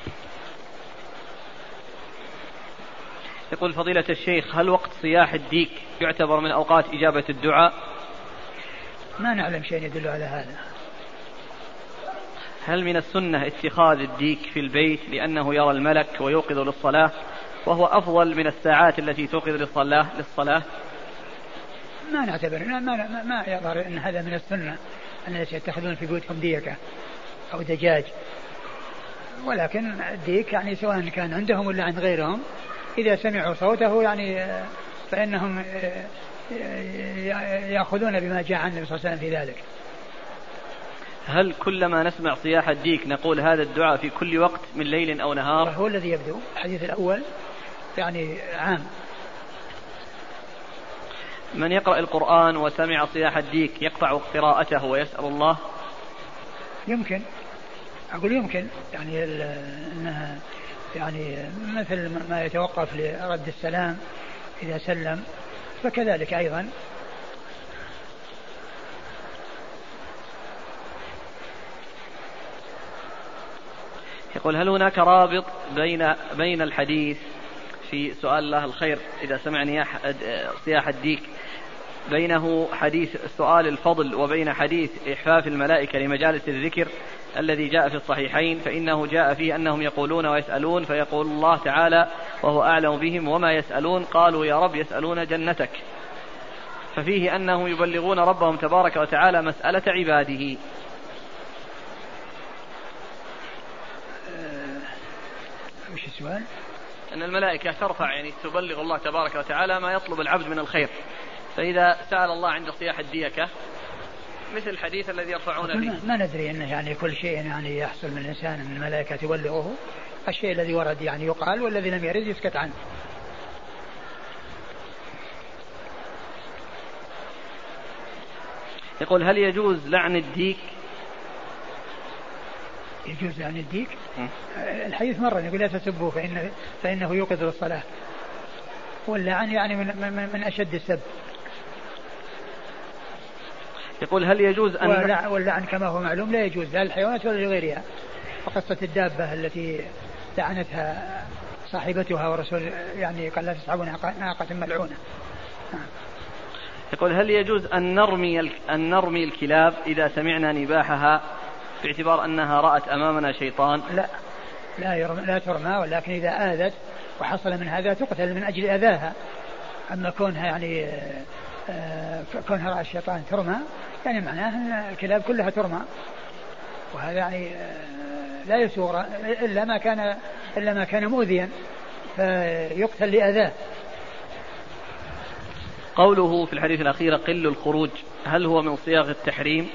يقول فضيلة الشيخ هل وقت صياح الديك يعتبر من أوقات إجابة الدعاء؟ ما نعلم شيء يدل على هذا. هل من السنة اتخاذ الديك في البيت لأنه يرى الملك ويوقظ للصلاة وهو أفضل من الساعات التي توقظ للصلاة للصلاة؟ ما نعتبر ما, ما, ما يظهر أن هذا من السنة الناس يتخذون في بيوتهم ديكة أو دجاج، ولكن الديك يعني سواء كان عندهم ولا عند غيرهم إذا سمعوا صوته يعني فإنهم يأخذون بما جاء عن النبي صلى الله عليه وسلم في ذلك. هل كلما نسمع صياح الديك نقول هذا الدعاء في كل وقت من ليل أو نهار؟ هو الذي يبدو الحديث الأول يعني عام. من يقرأ القرآن وسمع صياح الديك يقطع قراءته ويسأل الله؟ يمكن أقول يمكن يعني أنها يعني مثل ما يتوقف لرد السلام إذا سلم فكذلك أيضا. يقول هل هناك رابط بين بين الحديث في سؤال الله الخير إذا سمعني صياح الديك بينه حديث سؤال الفضل وبين حديث إحفاف الملائكة لمجالس الذكر الذي جاء في الصحيحين؟ فإنه جاء فيه أنهم يقولون ويسألون فيقول الله تعالى وهو أعلم بهم وما يسألون قالوا يا رب يسألون جنتك، ففيه أنهم يبلغون ربهم تبارك وتعالى مسألة عباده. وش السؤال؟ أن الملائكة ترفع يعني تبلغ الله تبارك وتعالى ما يطلب العبد من الخير، فإذا سأل الله عند صياح الديكة مثل الحديث الذي يرفعون فيه. ما ندري أنه يعني كل شيء يعني يحصل من الإنسان أن الملائكة تبلغه، الشيء الذي ورد يعني يقال والذي لم يرد يسكت عنه. يقول هل يجوز لعن الديك؟ يجوز لعن الديك؟ الحديث مرة يقول لا تسبوا فإنه, فإنه يوقظ للصلاة، واللعن يعني من, من, من أشد السب. يقول هل يجوز أن واللعن كما هو معلوم لا يجوز لا للحيوانات ولا لغيرها، وقصة الدابة التي لعنتها صاحبتها ورسول يعني قال لا تسحبوا ناقة ملعونة. يقول هل يجوز أن نرمي أن نرمي الكلاب إذا سمعنا نباحها باعتبار أنها رأت أمامنا شيطان؟ لا لا يرمى لا ترمى، ولكن إذا آذت وحصل من هذا تقتل من أجل أذاها. أما كونها يعني كونها رأى الشيطان ترمى يعني معناه أن الكلاب كلها ترمى، وهذا يعني لا يسور إلا ما كان إلا ما كان مؤذيا فيقتل لأذاه. قوله في الحديث الأخير قل الخروج هل هو من صياغ التحريم؟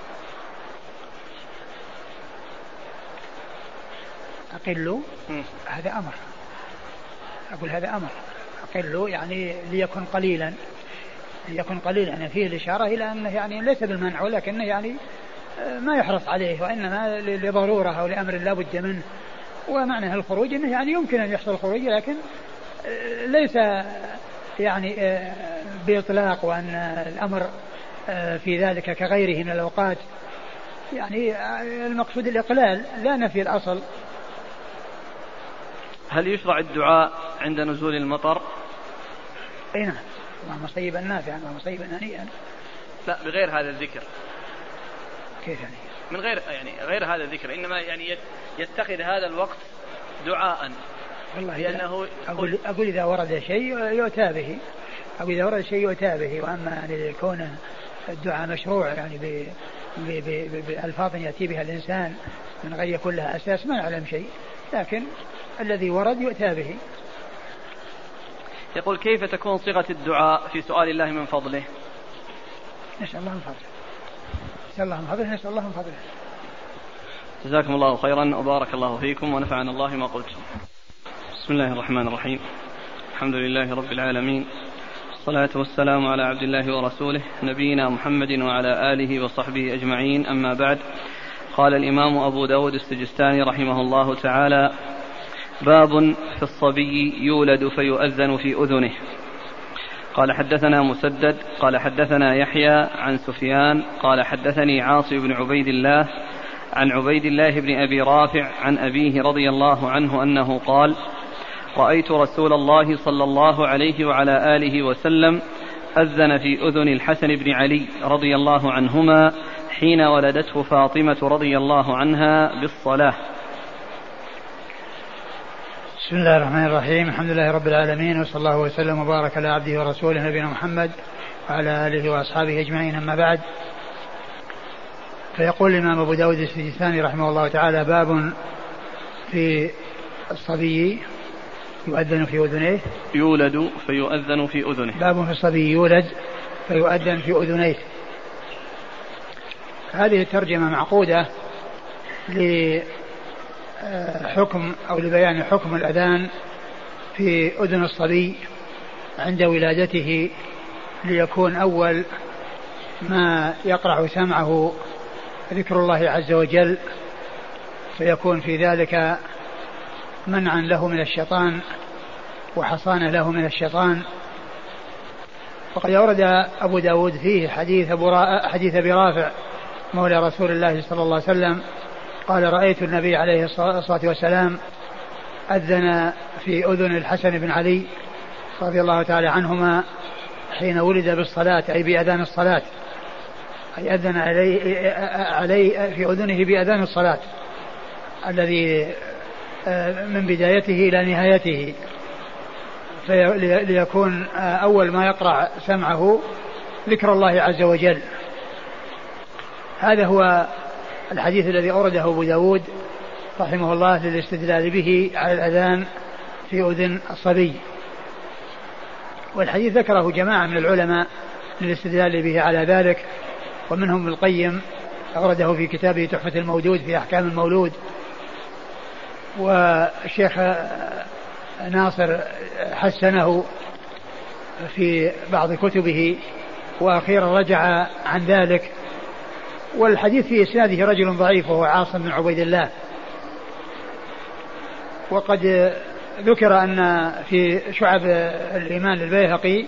أقل هذا أمر، أقول هذا أمر أقل يعني ليكن قليلا ليكن قليلا يعني فيه الإشارة إلى أنه يعني ليس بالمنع ولكنه يعني ما يحرص عليه، وإنما لضرورة أو لأمر لا بد منه. ومعنى الخروج أنه يعني يمكن أن يحصل الخروج لكن ليس يعني بإطلاق، وأن الأمر في ذلك كغيره من الأوقات يعني المقصود الإقلال لا نفي الأصل. هل يشرع الدعاء عند نزول المطر؟ أي نعم، اللهم صيبا نافعا اللهم صيبا هنيئا. لا بغير هذا الذكر. كيف يعني؟ من غير يعني غير هذا الذكر، إنما يعني يتخذ هذا الوقت دعاء. والله لأنه أقول, أقول إذا ورد شيء يؤتى به، أقول إذا ورد شيء يؤتى به. وأما يعني كون الدعاء مشروع يعني ب بألفاظ يأتي بها الإنسان من غير يكون لها أساس ما نعلم شيء، لكن الذي ورد يؤتى به. يقول كيف تكون صيغة الدعاء في سؤال الله من فضله؟ نسأل الله من فضله، نسأل الله من فضله، نسأل الله من فضله. جزاكم الله خيرا وبارك الله فيكم ونفعنا الله ما قلت. بسم الله الرحمن الرحيم، الحمد لله رب العالمين، الصلاة والسلام على عبد الله ورسوله نبينا محمد وعلى آله وصحبه أجمعين، أما بعد. قال الإمام أبو داود السجستاني رحمه الله تعالى: باب في الصبي يولد فيؤذن في أذنه. قال حدثنا مسدد قال حدثنا يحيى عن سفيان قال حدثني عاصم بن عبيد الله عن عبيد الله بن أبي رافع عن أبيه رضي الله عنه أنه قال: رأيت رسول الله صلى الله عليه وعلى آله وسلم أذن في أذن الحسن بن علي رضي الله عنهما حين ولدته فاطمة رضي الله عنها بالصلاة. بسم الله الرحمن الرحيم، الحمد لله رب العالمين، وصلى الله وسلم وبارك على عبده ورسوله نبينا محمد وعلى آله وأصحابه أجمعين، أما بعد. فيقول الإمام أبو داود السجستاني رحمه الله تعالى: باب في الصبي يؤذن في أذنيه يولد فيؤذن في أذنه. باب في الصبي يولد فيؤذن في أذنيه. هذه الترجمة معقودة لحكم أو لبيان حكم الأذان في أذن الصبي عند ولادته، ليكون أول ما يقرع سمعه ذكر الله عز وجل، فيكون في ذلك منعا له من الشيطان وحصانة له من الشيطان. وقد أورد أبو داود فيه حديث أبو حديث أبي رافع مولى رسول الله صلى الله عليه وسلم قال: رأيت النبي عليه الصلاة والسلام أذن في أذن الحسن بن علي رضي الله تعالى عنهما حين ولد بالصلاة، أي بأذان الصلاة، أي أذن علي, علي في أذنه بأذان الصلاة الذي من بدايته إلى نهايته، ليكون أول ما يقرع سمعه ذكر الله عز وجل. هذا هو الحديث الذي أورده أبو داود رحمه الله للاستدلال به على الأذان في أذن الصبي. والحديث ذكره جماعة من العلماء للاستدلال به على ذلك، ومنهم ابن القيم أورده في كتابه تحفة المودود في أحكام المولود، والشيخ ناصر حسنه في بعض كتبه، وأخيرا رجع عن ذلك. والحديث في إسناده رجل ضعيف وهو عاصم بن عبيد الله. وقد ذكر أن في شعب الإيمان للبيهقي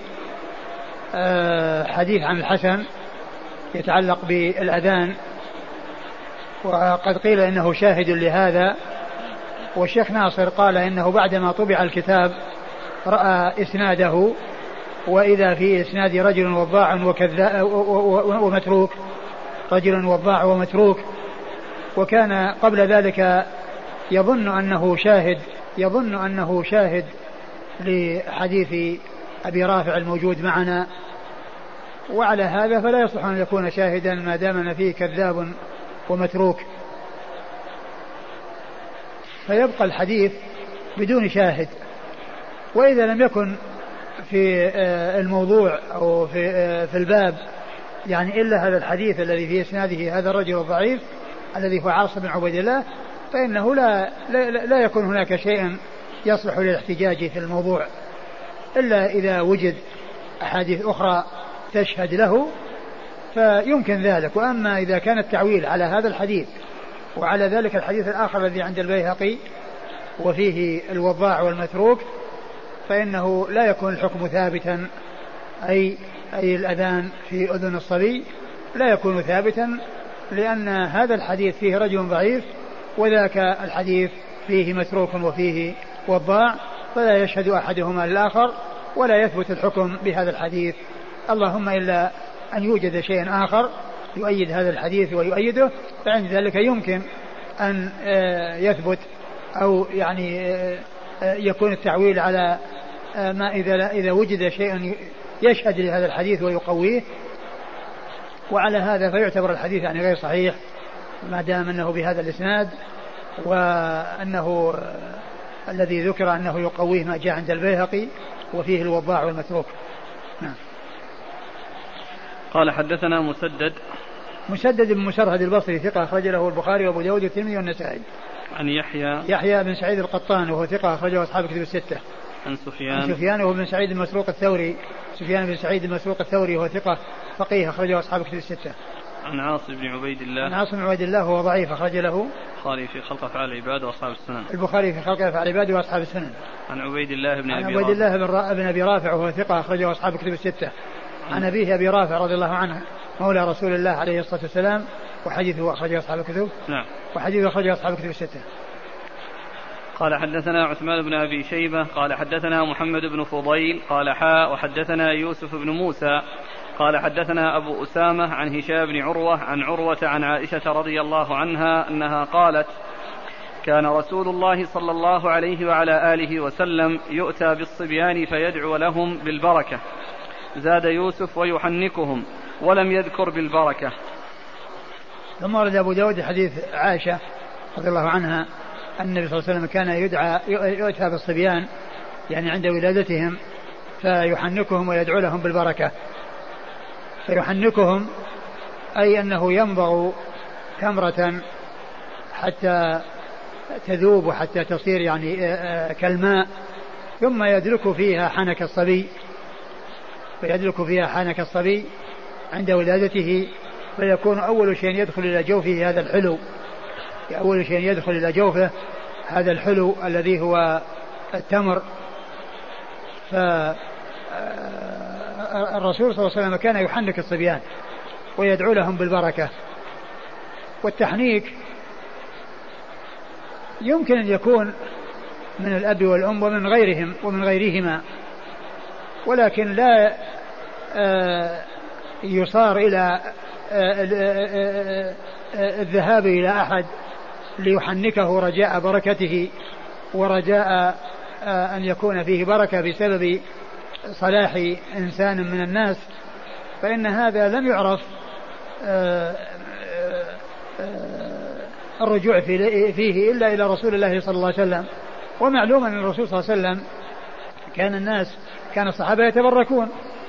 حديث عن الحسن يتعلق بالأذان، وقد قيل إنه شاهد لهذا. والشيخ ناصر قال إنه بعدما طبع الكتاب رأى إسناده، وإذا في إسناد رجل وضاع وكذاب ومتروك، رجل وضاع ومتروك، وكان قبل ذلك يظن أنه شاهد يظن أنه شاهد لحديث أبي رافع الموجود معنا، وعلى هذا فلا يصح أن يكون شاهدا ما دام فيه كذاب ومتروك، فيبقى الحديث بدون شاهد. وإذا لم يكن في الموضوع أو في في الباب يعني إلا هذا الحديث الذي في إسناده هذا الرجل الضعيف الذي هو عاصم بن عبيد الله، فإنه لا, لا, لا يكون هناك شيء يصلح للاحتجاج في الموضوع إلا إذا وجد أحاديث أخرى تشهد له فيمكن ذلك. وأما إذا كان التعويل على هذا الحديث وعلى ذلك الحديث الآخر الذي عند البيهقي وفيه الوضاع والمتروك، فإنه لا يكون الحكم ثابتا، أي, أي الأذان في أذن الصبي لا يكون ثابتا لأن هذا الحديث فيه رجل ضعيف وذاك الحديث فيه متروك وفيه وضاع، فلا يشهد أحدهما للآخر ولا يثبت الحكم بهذا الحديث، اللهم إلا أن يوجد شيء آخر يؤيد هذا الحديث ويؤيده، فعند ذلك يمكن أن يثبت أو يعني يكون التعويل على ما إذا إذا وجد شيء يشهد لهذا الحديث ويقويه، وعلى هذا فيعتبر الحديث يعني غير صحيح ما دام أنه بهذا الإسناد، وأنه الذي ذكر أنه يقويه ما جاء عند البيهقي وفيه الوضاع والمتروك. نعم. قال حدثنا مسدد مسدد بن مسرهد البصري ثقة أخرج له البخاري وأبو داود والترمذي والنسائي. عن يحيى يحيى بن سعيد القطان وهو ثقة أخرجه أصحاب كتب الستة. عن سفيان عن سفيان وهو بن سعيد المسروق الثوري سفيان بن سعيد المسروق الثوري وهو ثقة فقيه أخرجه أصحاب كتب الستة. عن عاصم بن عبيد الله عن عاصم بن عبيد الله وهو ضعيف أخرج له البخاري في خلق أفعال العباد وأصحاب السنن البخاري في خلق أفعال العباد وأصحاب السنن. عن عبيد الله بن أبي عن عبيد الله بن, بن أبي رافع وهو ثقة أخرجه أصحاب كتب الستة. عن أبيه أبي رافع رضي الله عنه مولى رسول الله عليه الصلاة والسلام وحديثه أخرجه أصحاب الكتب. نعم. وحديثه أخرجه أصحاب الكتب الستة. قال حدثنا عثمان بن أبي شيبة قال حدثنا محمد بن فضيل قال حاء وحدثنا يوسف بن موسى قال حدثنا أبو أسامة عن هشام بن عروة عن عروة عن عائشة رضي الله عنها أنها قالت كان رسول الله صلى الله عليه وعلى آله وسلم يؤتى بالصبيان فيدعو لهم بالبركة، زاد يوسف ويحنكهم ولم يذكر بالبركة. ثم ورد أبو داود حديث عائشة رضي الله عنها أن النبي صلى الله عليه وسلم كان يدعى يؤتى بالصبيان يعني عند ولادتهم فيحنكهم ويدعو لهم بالبركة. فيحنكهم أي أنه يمضغ تمرة حتى تذوب وحتى تصير يعني كالماء، ثم يدلك فيها حنك الصبي فيدلك فيها حنك الصبي عند ولادته، فيكون أول شيء يدخل إلى جوفه هذا الحلو أول شيء يدخل إلى جوفه هذا الحلو الذي هو التمر. فالرسول صلى الله عليه وسلم كان يحنك الصبيان ويدعو لهم بالبركة. والتحنيك يمكن أن يكون من الأب والأم ومن غيرهم ومن غيرهما، ولكن لا يصار إلى الذهاب إلى أحد ليحنكه رجاء بركته ورجاء أن يكون فيه بركة بسبب صلاح إنسان من الناس، فإن هذا لم يعرف الرجوع فيه إلا إلى رسول الله صلى الله عليه وسلم. ومعلوم أن الرسول صلى الله عليه وسلم كان الناس كان الصحابة يتبركون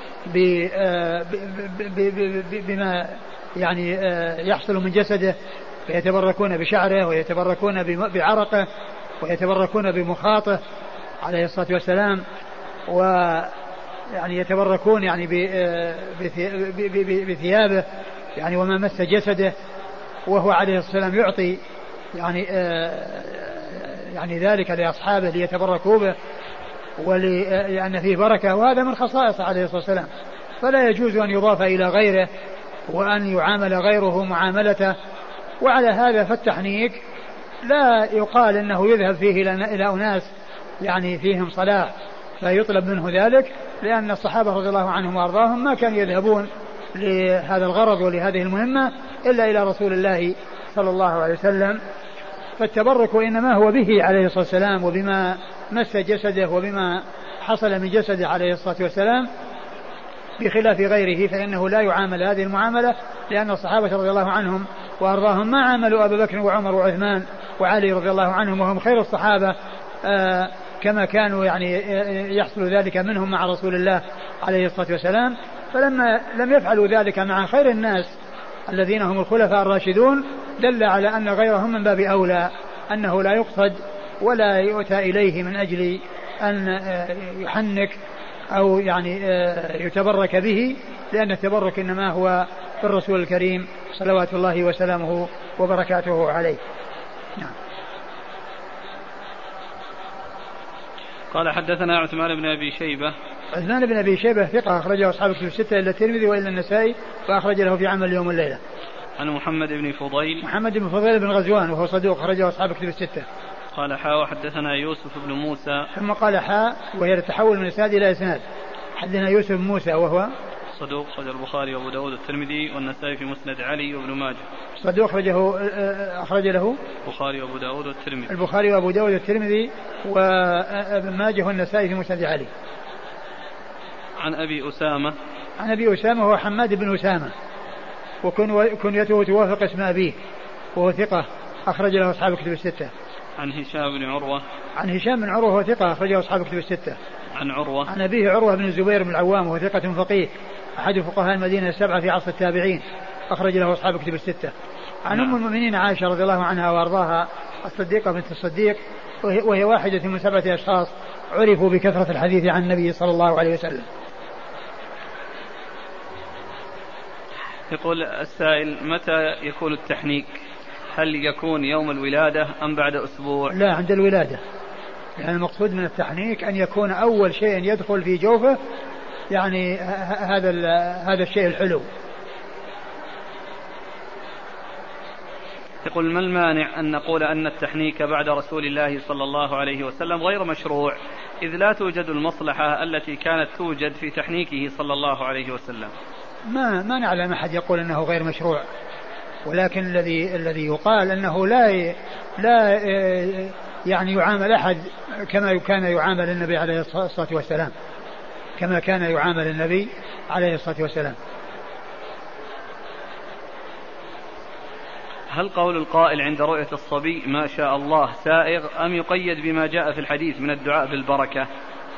بما يعني يحصل من جسده، فيتبركون بشعره ويتبركون بعرقه ويتبركون بمخاطه عليه الصلاة والسلام، ويعني يتبركون يعني بثيابه يعني وما مس جسده، وهو عليه الصلاة والسلام يعطي يعني يعني ذلك لأصحابه ليتبركوا به ولأن فيه بركة، وهذا من خصائص عليه الصلاة والسلام، فلا يجوز أن يضاف إلى غيره وأن يعامل غيره معاملته. وعلى هذا فالتحنيك لا يقال أنه يذهب فيه إلى أناس يعني فيهم صلاح فيطلب منه ذلك، لأن الصحابة رضي الله عنهم وأرضاهم ما كانوا يذهبون لهذا الغرض ولهذه المهمة إلا إلى رسول الله صلى الله عليه وسلم. فالتبرك إنما هو به عليه الصلاة والسلام وبما مس جسده وبما حصل من جسده عليه الصلاة والسلام، بخلاف غيره فإنه لا يعامل هذه المعاملة، لأن الصحابة رضي الله عنهم وأرضاهم ما عاملوا أبا بكر وعمر وعثمان وعلي رضي الله عنهم وهم خير الصحابة آه كما كانوا يعني يحصل ذلك منهم مع رسول الله عليه الصلاة والسلام. فلما لم يفعلوا ذلك مع خير الناس الذين هم الخلفاء الراشدون دل على أن غيرهم من باب أولى، أنه لا يقصد ولا يؤتى إليه من أجل أن يحنك أو يعني يتبرك به، لأن التبرك إنما هو في الرسول الكريم صلوات الله وسلامه وبركاته عليه. نعم. قال حدثنا عثمان بن أبي شيبة. عثمان بن أبي شيبة ثقة أخرجه أصحاب الكتب الستة إلا الترمذي وإلا النسائي، فأخرج له في عمل اليوم والليلة. عن محمد بن فضيل محمد بن فضيل بن غزوان وهو صدوق أخرجه أصحاب كتب الستة. قال حاء وحدثنا يوسف بن موسى ثم قال حاء وهي التحول من إسناد إلى إسناد. حدثنا يوسف بن موسى وهو صدوق أخرج البخاري وأبو داود والترمذي والنسائي في مسند علي وابن ماجه. صدوق أخرجه أخرج له البخاري وأبو داود والترمذي البخاري وأبو داود والترمذي وابن ماجه والنسائي في مسند علي. عن أبي أسامة عن أبي أسامة وهو حماد بن أسامة وكنيته توافق اسم أبيه وهو ثقة أخرج له أصحاب كتب الستة. عن هشام بن عروة عن هشام بن عروة وهو ثقة أخرجه أصحاب كتب الستة. عن عروة عن أبيه عروة بن الزبير بن العوام وهو ثقة فقيه أحد فقهاء المدينة السبعة في عصر التابعين أخرج له أصحاب كتب الستة. عن أم المؤمنين عائشة رضي الله عنها وأرضاها الصديقة بنت الصديق وهي واحدة من سبعة أشخاص عرفوا بكثرة الحديث عن النبي صلى الله عليه وسلم. يقول السائل متى يكون التحنيك؟ هل يكون يوم الولادة أم بعد أسبوع؟ لا، عند الولادة، يعني المقصود من التحنيك أن يكون أول شيء يدخل في جوفه يعني هذا هذا الشيء الحلو. يقول ما المانع أن نقول أن التحنيك بعد رسول الله صلى الله عليه وسلم غير مشروع إذ لا توجد المصلحة التي كانت توجد في تحنيكه صلى الله عليه وسلم؟ ما ما نعلم أحد يقول أنه غير مشروع، ولكن الذي الذي يقال أنه لا لا يعني يعامل أحد كما كان يعامل النبي عليه الصلاة والسلام كما كان يعامل النبي عليه الصلاة والسلام. هل قول القائل عند رؤية الصبي ما شاء الله سائغ أم يقيد بما جاء في الحديث من الدعاء بالبركة؟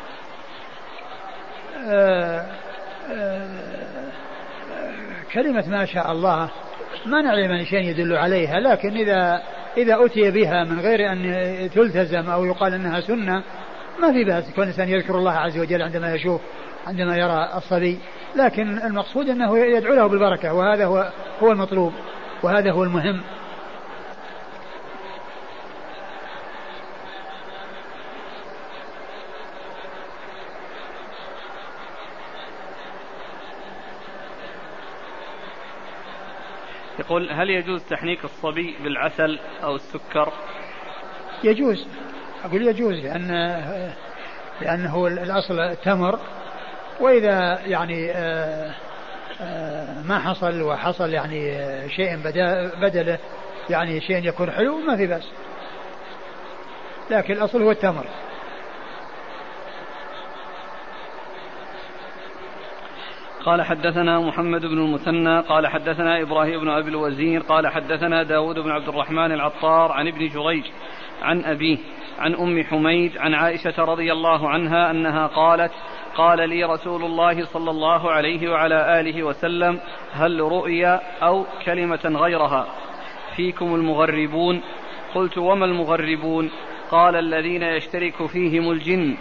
آه آه كلمة ما شاء الله ما نعلم أن شيء يدل عليها، لكن إذا إذا أتي بها من غير أن تلتزم أو يقال أنها سنة ما في بأس كون الإنسان يذكر الله عز وجل عندما يشوف عندما يرى الصبي، لكن المقصود أنه يدعو له بالبركة، وهذا هو هو المطلوب وهذا هو المهم. يقول هل يجوز تحنيك الصبي بالعسل أو السكر؟ يجوز، أقول يجوز لأن لأنه الأصل التمر، وإذا يعني ما حصل وحصل يعني شيء بدله يعني شيء يكون حلو ما في بأس، لكن الأصل هو التمر. قال حدثنا محمد بن المثنى قال حدثنا إبراهيم بن أبي الوزير قال حدثنا داود بن عبد الرحمن العطار عن ابن جريج عن أبيه عن أم حميد عن عائشة رضي الله عنها أنها قالت قال لي رسول الله صلى الله عليه وعلى آله وسلم هل رؤيا أو كلمة غيرها فيكم المغربون؟ قلت وما المغربون؟ قال الذين يشترك فيهم الجن.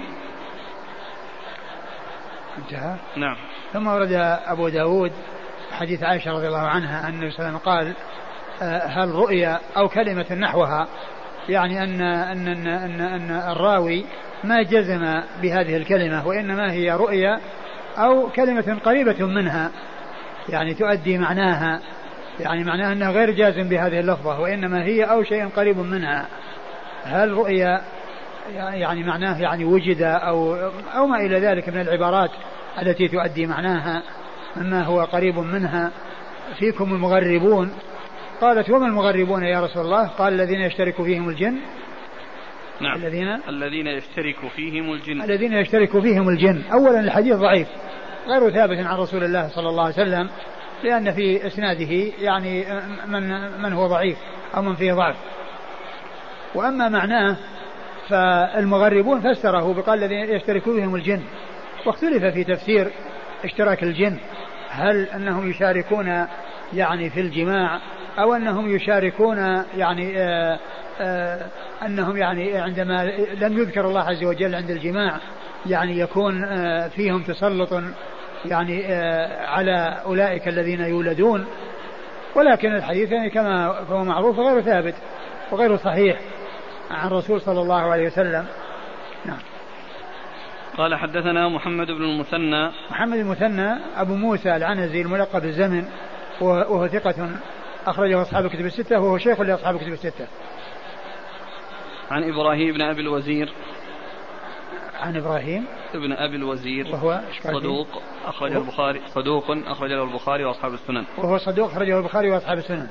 انتهى. نعم. ثم ورد أبو داود حديث عائشة رضي الله عنها أن النبي صلى الله عليه وسلم قال هل رؤيا أو كلمة نحوها، يعني أن, أن, أن, أن, أن الراوي ما جزم بهذه الكلمة وإنما هي رؤيا أو كلمة قريبة منها يعني تؤدي معناها، يعني معناها أنها غير جازم بهذه اللفظة وإنما هي أو شيء قريب منها. هل رؤيا يعني معناه يعني وجد أو, أو ما إلى ذلك من العبارات التي تؤدي معناها مما هو قريب منها. فيكم المغربون، قالت وما المغربون يا رسول الله؟ قال الذين يشترك فيهم الجن. نعم. الذين الذين يشترك فيهم الجن الذين يشترك فيهم الجن. أولا الحديث ضعيف غير ثابت عن رسول الله صلى الله عليه وسلم، لأن في إسناده يعني من, من هو ضعيف أو من فيه ضعف. وأما معناه فالمغربون فسره بقال الذين يشترك فيهم الجن، واختلف في تفسير اشتراك الجن، هل أنهم يشاركون يعني في الجماع أو أنهم يشاركون يعني آآ آآ أنهم يعني عندما لم يذكر الله عز وجل عند الجماع يعني يكون فيهم تسلط يعني على أولئك الذين يولدون. ولكن الحديث يعني كما هو معروف غير ثابت وغير صحيح عن الرسول صلى الله عليه وسلم. نعم. قال حدثنا محمد بن المثنى محمد المثنى أبو موسى العنزي الملقب بالزمن وهو ثقة أخرجه أصحاب الكتب الستة وهو شيخ لأصحاب الكتب الستة. عن إبراهيم بن أبي الوزير عن إبراهيم ابن أبي الوزير وهو صدوق أخرجه البخاري صدوق أخرجه البخاري وأصحاب السنن وهو صدوق أخرجه البخاري وأصحاب السنن.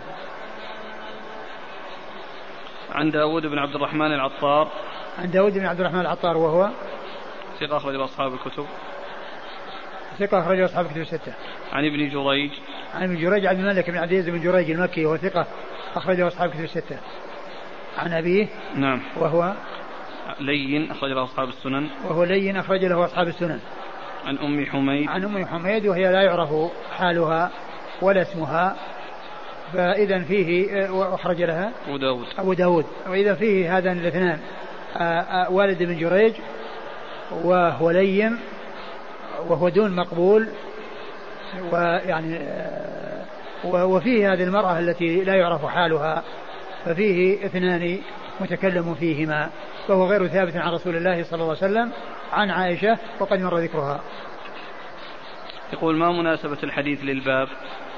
عن داود بن عبد الرحمن العطار عن داود بن عبد الرحمن العطار وهو ثقة أخرجه أصحاب الكتب ثقة أخرجه أصحاب الكتب الستة. عن ابن جريج عن ابن جريج عبد الملك بن عبد العزيز بن جريج المكي وهو ثقة أخرجه أصحاب الكتب الستة. عن أبيه نعم وهو لين أخرج له أصحاب السنن وهو لين أخرج له أصحاب السنن. عن أم حميد عن أم حميد وهي لا يعرف حالها ولا اسمها فإذا فيه وأخرج لها أبو داود أبو داود وإذا فيه هذان الاثنان والد بن جريج وهو لين وهو دون مقبول ويعني وفيه هذه المرأة التي لا يعرف حالها ففيه اثنان متكلم فيهما فهو غير ثابت عن رسول الله صلى الله عليه وسلم عن عائشة وقد مر ذكرها. يقول ما مناسبة الحديث للباب؟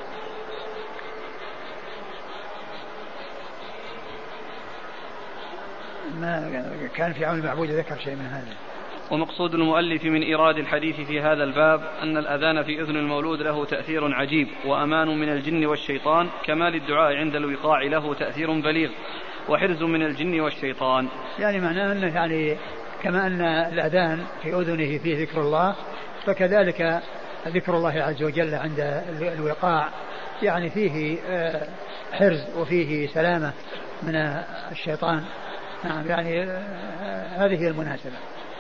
ما كان في عون المعبود ذكر شيء من هذا. ومقصود المؤلف من إيراد الحديث في هذا الباب أن الأذان في إذن المولود له تأثير عجيب وأمان من الجن والشيطان كما للدعاء عند الوقاع له تأثير بليغ وحرز من الجن والشيطان. يعني معناه أنه يعني كما أن الأذان في أذنه فيه ذكر الله فكذلك ذكر الله عز وجل عند الوقاع يعني فيه حرز وفيه سلامة من الشيطان. نعم يعني هذه هي المناسبة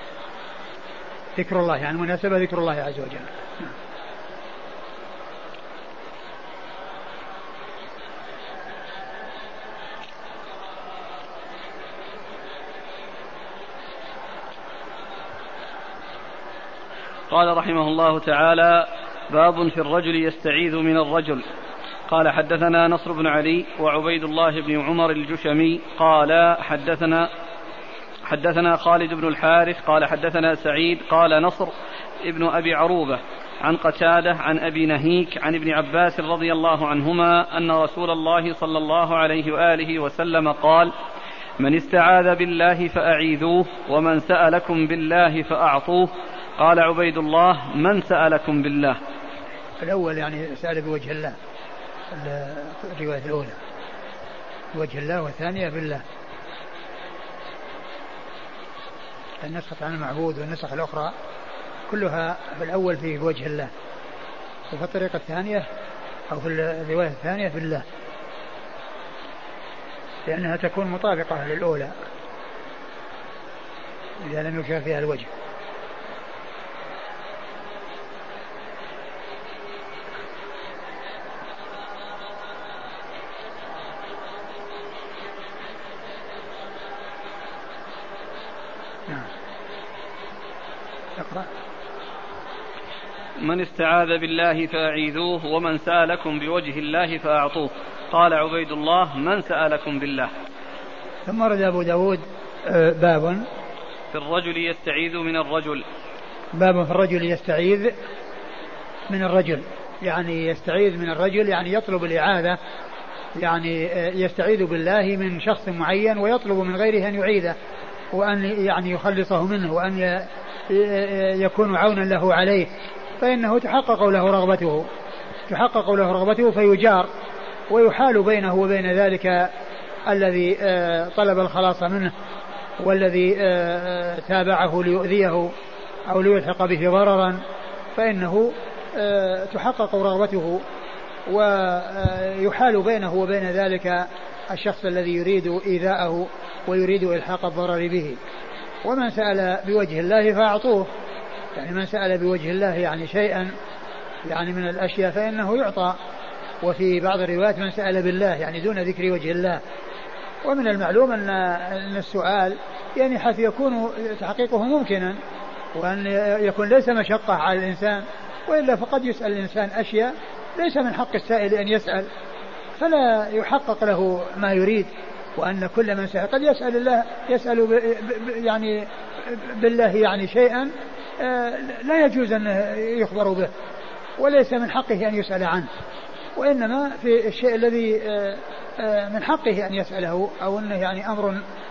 ذكر الله يعني مناسبة ذكر الله عز وجل. قال رحمه الله تعالى باب في الرجل يستعيذ من الرجل. قال حدثنا نصر بن علي وعبيد الله بن عمر الجشمي قال حدثنا حدثنا خالد بن الحارث قال حدثنا سعيد قال نصر ابن أبي عروبة عن قتادة عن أبي نهيك عن ابن عباس رضي الله عنهما أن رسول الله صلى الله عليه وآله وسلم قال من استعاذ بالله فأعيذوه ومن سألكم بالله فأعطوه. قال عبيد الله من سألكم بالله؟ الأول يعني سأل بوجه الله الرواية الأولى بوجه الله والثانية بالله. النسخة عن المعبود والنسخة الأخرى كلها في الأول في بوجه الله وفي الطريقة الثانية أو في الرواية الثانية بالله لأنها تكون مطابقة للأولى إذا لم يشار فيها الوجه. من استعاذ بالله فأعيذوه ومن سألكم بوجه الله فأعطوه. قال عبيد الله من سألكم بالله. ثم رد أبو داود باب في الرجل يستعيذ من الرجل. باب في الرجل يستعيذ من الرجل يعني يستعيذ من الرجل يعني يطلب الإعاذة يعني يستعيذ بالله من شخص معين ويطلب من غيره أن يعيذه وأن يعني يخلصه منه وأن يكون عونا له عليه فإنه تحقق له رغبته تحقق له رغبته فيجار ويحال بينه وبين ذلك الذي طلب الخلاص منه والذي تابعه ليؤذيه أو ليلحق به ضررا فإنه تحقق رغبته ويحال بينه وبين ذلك الشخص الذي يريد إيذاءه ويريد إلحاق الضرر به. ومن سأل بوجه الله فأعطوه يعني من سأل بوجه الله يعني شيئا يعني من الأشياء فإنه يعطى. وفي بعض الروايات من سأل بالله يعني دون ذكر وجه الله. ومن المعلوم أن السؤال يعني حيث يكون تحقيقه ممكنا وأن يكون ليس مشقة على الإنسان وإلا فقد يسأل الإنسان أشياء ليس من حق السائل أن يسأل فلا يحقق له ما يريد. وأن كل من سأل قد يسأل الله يسأل ب يعني بالله يعني شيئا لا يجوز أن يخبر به وليس من حقه أن يسأل عنه وإنما في الشيء الذي من حقه أن يسأله أو أنه يعني أمر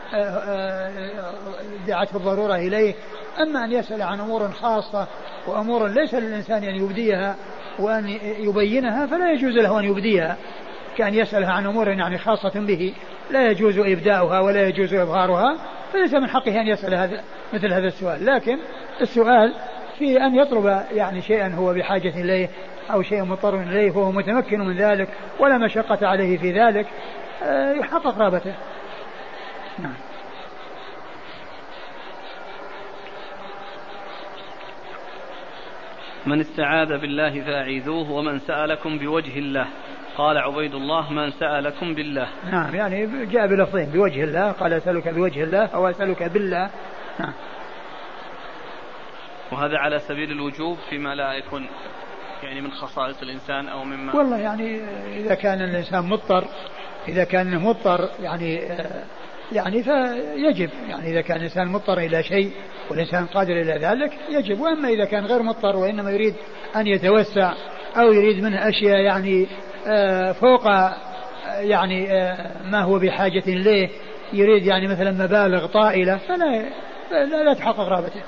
دعته الضرورة إليه. أما أن يسأل عن أمور خاصة وأمور ليس للإنسان أن يبديها وأن يبينها فلا يجوز له أن يبديها، كأن يسألها عن أمور يعني خاصة به لا يجوز إبداؤها ولا يجوز إظهارها، فليس من حقه أن يسأل هذا مثل هذا السؤال. لكن السؤال في أن يطلب يعني شيئا هو بحاجة إليه أو شيء مضطر إليه وهو متمكن من ذلك ولا مشقة عليه في ذلك يحقق رغبته. نعم. من استعاذ بالله فأعيذوه ومن سألكم بوجه الله. قال عبيد الله من سألكم بالله. نعم يعني جاء بلفظين بوجه الله، قال أسألك بوجه الله أو أسألك بالله. نعم. وهذا على سبيل الوجوب فيما لا يكون يعني من خصائص الإنسان أو مما والله يعني إذا كان الإنسان مضطر إذا كان مضطر يعني يعني فيجب، يعني إذا كان الإنسان مضطر إلى شيء والإنسان قادر إلى ذلك يجب. وأما إذا كان غير مضطر وإنما يريد أن يتوسع أو يريد منه أشياء يعني فوق يعني ما هو بحاجة إليه، يريد يعني مثلا مبالغ طائلة فلا لا, لا تحقق رغبته.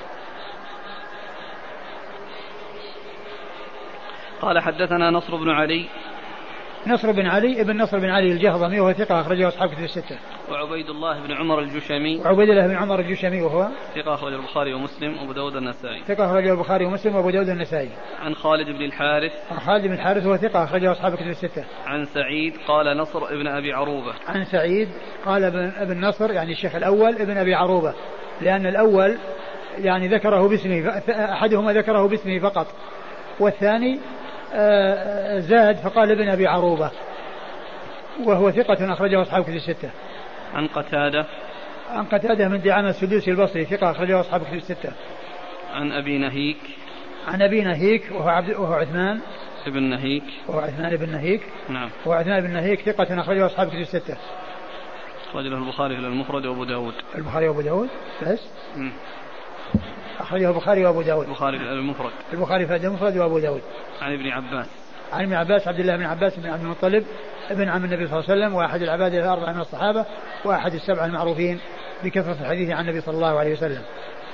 قال حدثنا نصر بن علي. نصر بن علي ابن نصر بن علي الجهضمي وهو ثقة أخرجه أصحاب كتب الستة. وعبيد الله بن عمر الجشمي. وعبيد الله بن عمر الجشمي وهو ثقة أخرجه البخاري ومسلم وأبو داود النسائي. ثقة أخرجه البخاري ومسلم وأبو داود النسائي. عن خالد بن الحارث. عن خالد بن الحارث وهو ثقة أخرجه أصحاب كتب الستة. عن سعيد قال نصر ابن أبي عروبة. عن سعيد قال ابن, ابن نصر يعني الشيخ الأول ابن أبي عروبة، لأن الأول يعني ذكره باسمه، أحدهما ذكره باسمه فقط والثاني زاد فقال ابن أبي عروبة، وهو ثقة أخرجه أصحاب كتب الستة. عن قتادة. عن قتادة من دعامة السدوسي البصري ثقة أخرجه أصحاب كتب الستة. عن أبي نهيك. عن أبي نهيك وهو, عبد وهو عثمان ابن نهيك. وهو عثمان بن نهيك. نعم. وهو عثمان بن نهيك ثقة أخرجه أصحاب كتب الستة. أخرجه البخاري في المفرد وأبو داود. البخاري وأبو داود بس. م. أخرجه البخاري وأبو داود. البخاري في المفرد. البخاري في المفرد وأبو داود. عن ابن عباس. عن ابن عباس عبد الله بن عباس بن عبد المطلب ابن عم النبي صلى الله عليه وسلم وأحد العباد الأربعة من الصحابة وأحد السبعة المعروفين بكثرة الحديث عن النبي صلى الله عليه وسلم.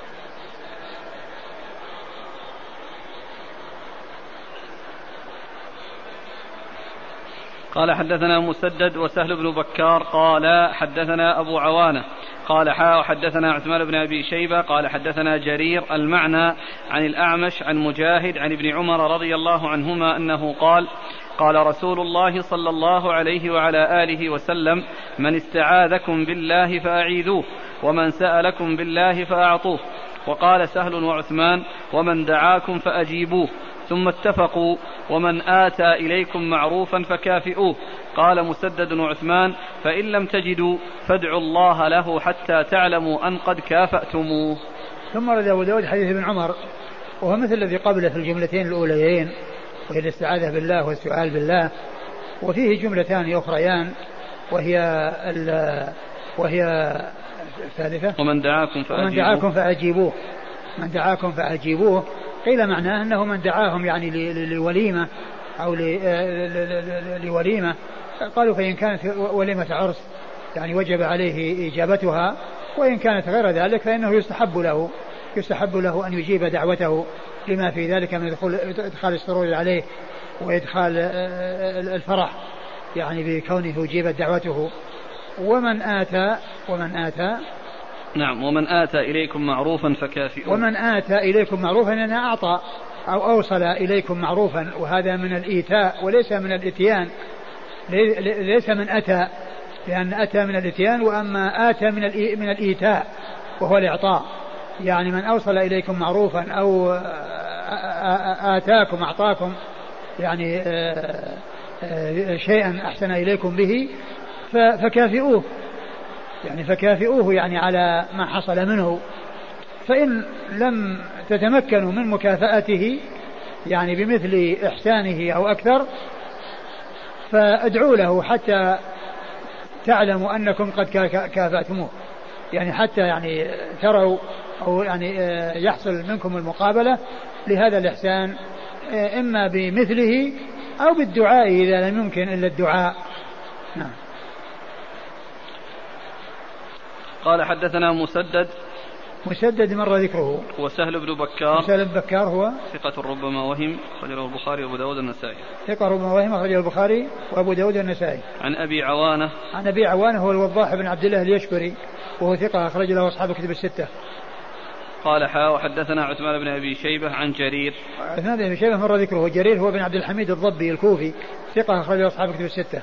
قال حدثنا مسدد وسهل بن بكار قال حدثنا أبو عوانة قال حا وحدثنا عثمان بن أبي شيبة قال حدثنا جرير المعنى عن الأعمش عن مجاهد عن ابن عمر رضي الله عنهما أنه قال قال رسول الله صلى الله عليه وعلى آله وسلم من استعاذكم بالله فأعيذوه ومن سألكم بالله فأعطوه. وقال سهل وعثمان ومن دعاكم فأجيبوه. ثم اتفقوا ومن آتى إليكم معروفا فكافئوه. قال مسدد وعثمان فإن لم تجدوا فادعوا الله له حتى تعلموا أن قد كافأتموه. ثم رد أبو داود حديث ابن عمر وهو مثل الذي قبله في الجملتين الأوليين وهي الاستعاذة بالله والسؤال بالله، وفيه جملتان أخريان وهي وهي الثالثة ومن دعاكم فأجيبوه. ومن دعاكم فأجيبوه. من دعاكم فأجيبوه قيل معناه أنه من دعاهم يعني لوليمة أو لوليمة، قالوا فإن كانت وليمة عرس يعني وجب عليه إجابتها، وإن كانت غير ذلك فإنه يستحب له يستحب له أن يجيب دعوته لما في ذلك من إدخال السرور عليه وإدخال الفرح يعني بكونه يجيب دعوته. ومن آتى ومن آتى نعم ومن آتى إليكم معروفا فكافئوه. ومن آتى إليكم معروفا أن أعطى أو أوصل إليكم معروفا، وهذا من الإيتاء وليس من الإتيان، ليس من أتى، لأن أتى من الإتيان وأما آتى من من الإيتاء وهو الإعطاء. يعني من أوصل إليكم معروفا أو آتاكم أعطاكم يعني شيئا أحسن إليكم به فكافئوه، يعني فكافئوه يعني على ما حصل منه. فإن لم تتمكنوا من مكافأته يعني بمثل إحسانه أو أكثر فادعوا له حتى تعلموا أنكم قد كافأتموه، يعني حتى يعني تروا أو يعني يحصل منكم المقابلة لهذا الإحسان إما بمثله أو بالدعاء إذا لم يمكن إلا الدعاء. نعم. قال حدثنا مسدد مسدد مر ذكره. وسهل بن بكار. وسهل بن بكار هو ثقة ربما وهم، أخرجه البخاري وأبو داود النسائي. ثقة ربما وهم، أخرجه البخاري وأبو داود النسائي. عن أبي عوانة. عن أبي عوانة هو الوضاح بن عبد الله اليشكري وهو ثقة، أخرج له أصحاب الكتب الستة. قال حا وحدثنا عثمان بن أبي شيبة عن جرير. عثمان بن أبي شيبة مر ذكره. جرير هو بن عبد الحميد الضبي الكوفي، ثقة، أخرج له أصحاب الكتب الستة.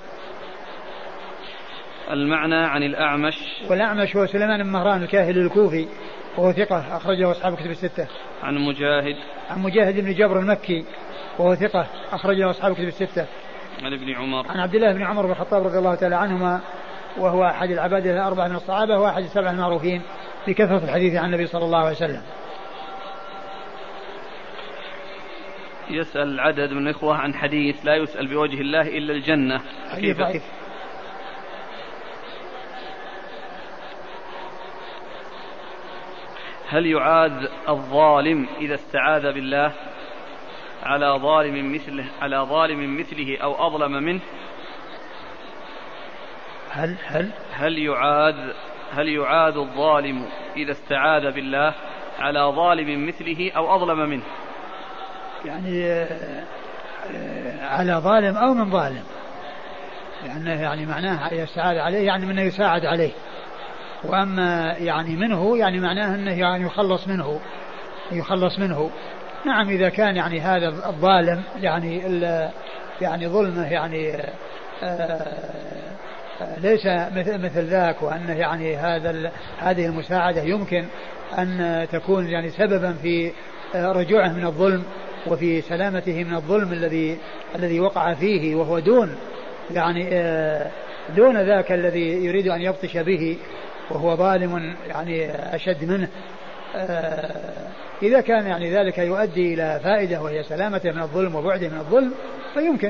المعنى عن الأعمش. والأعمش هو سليمان بن مهران الكاهلي الكوفي وهو ثقة، أخرجه أصحاب الكتب الستة. عن مجاهد. عن مجاهد بن جبر المكي وهو ثقة، أخرجه أصحاب الكتب الستة. عن ابن عمر. عن عبد الله بن عمر بن الخطاب رضي الله تعالى عنهما وهو أحد العباد الأربعة من الصحابة وأحد السبع المعروفين بكثرة الحديث عن النبي صلى الله عليه وسلم. يسأل عدد من الإخوة عن حديث لا يسأل بوجه الله إلا الجنة. حديث ضعيف. هل يعاذ الظالم إذا استعاذ بالله على ظالم مثله على ظالم مثله أو أظلم منه؟ هل هل هل يعاذ هل يعاذ الظالم إذا استعاذ بالله على ظالم مثله أو أظلم منه؟ يعني على ظالم أو من ظالم، لأنه يعني معناه يستعاذ عليه يعني منه يساعد عليه، وأما يعني منه يعني معناه أنه يعني يخلص منه يخلص منه. نعم إذا كان يعني هذا الظالم يعني يعني ظلمه يعني ليس مثل ذاك، وأنه يعني هذا هذه المساعدة يمكن أن تكون يعني سببا في رجوعه من الظلم وفي سلامته من الظلم الذي الذي وقع فيه، وهو دون يعني دون ذاك الذي يريد أن يبطش به وهو ظالم يعني أشد منه. إذا كان يعني ذلك يؤدي إلى فائدة وهي سلامته من الظلم وبعده من الظلم فيمكن.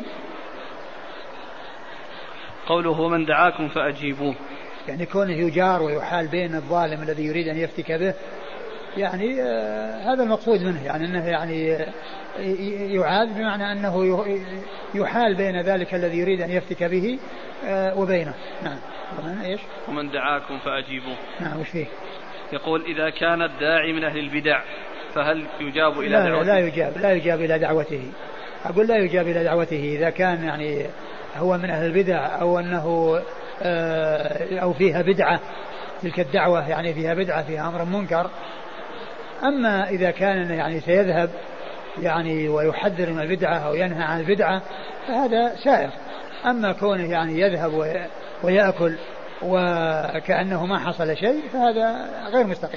قوله من دعاكم فأجيبوه، يعني كونه يجار ويحال بين الظالم الذي يريد أن يفتك به، يعني آه هذا المقصود منه، يعني أنه يعني يعاذ بمعنى أنه يحال بين ذلك الذي يريد أن يفتك به آه وبينه. نعم. ومن إيش؟ ومن دعاكم فأجيبوه. نعم. وش فيه؟ يقول إذا كان الداعي من أهل البدع فهل يجاب إلى لا دعوته؟ لا يجاب لا يجاب إلى دعوته. أقول لا يجاب إلى دعوته إذا كان يعني هو من أهل البدع أو أنه آه أو فيها بدعة، تلك الدعوة يعني فيها بدعة فيها أمر منكر. أما إذا كان يعني سيذهب يعني ويحذر من البدعة أو ينهى عن البدعة فهذا سائر. أما كونه يعني يذهب ويأكل وكأنه ما حصل شيء فهذا غير مستقيم.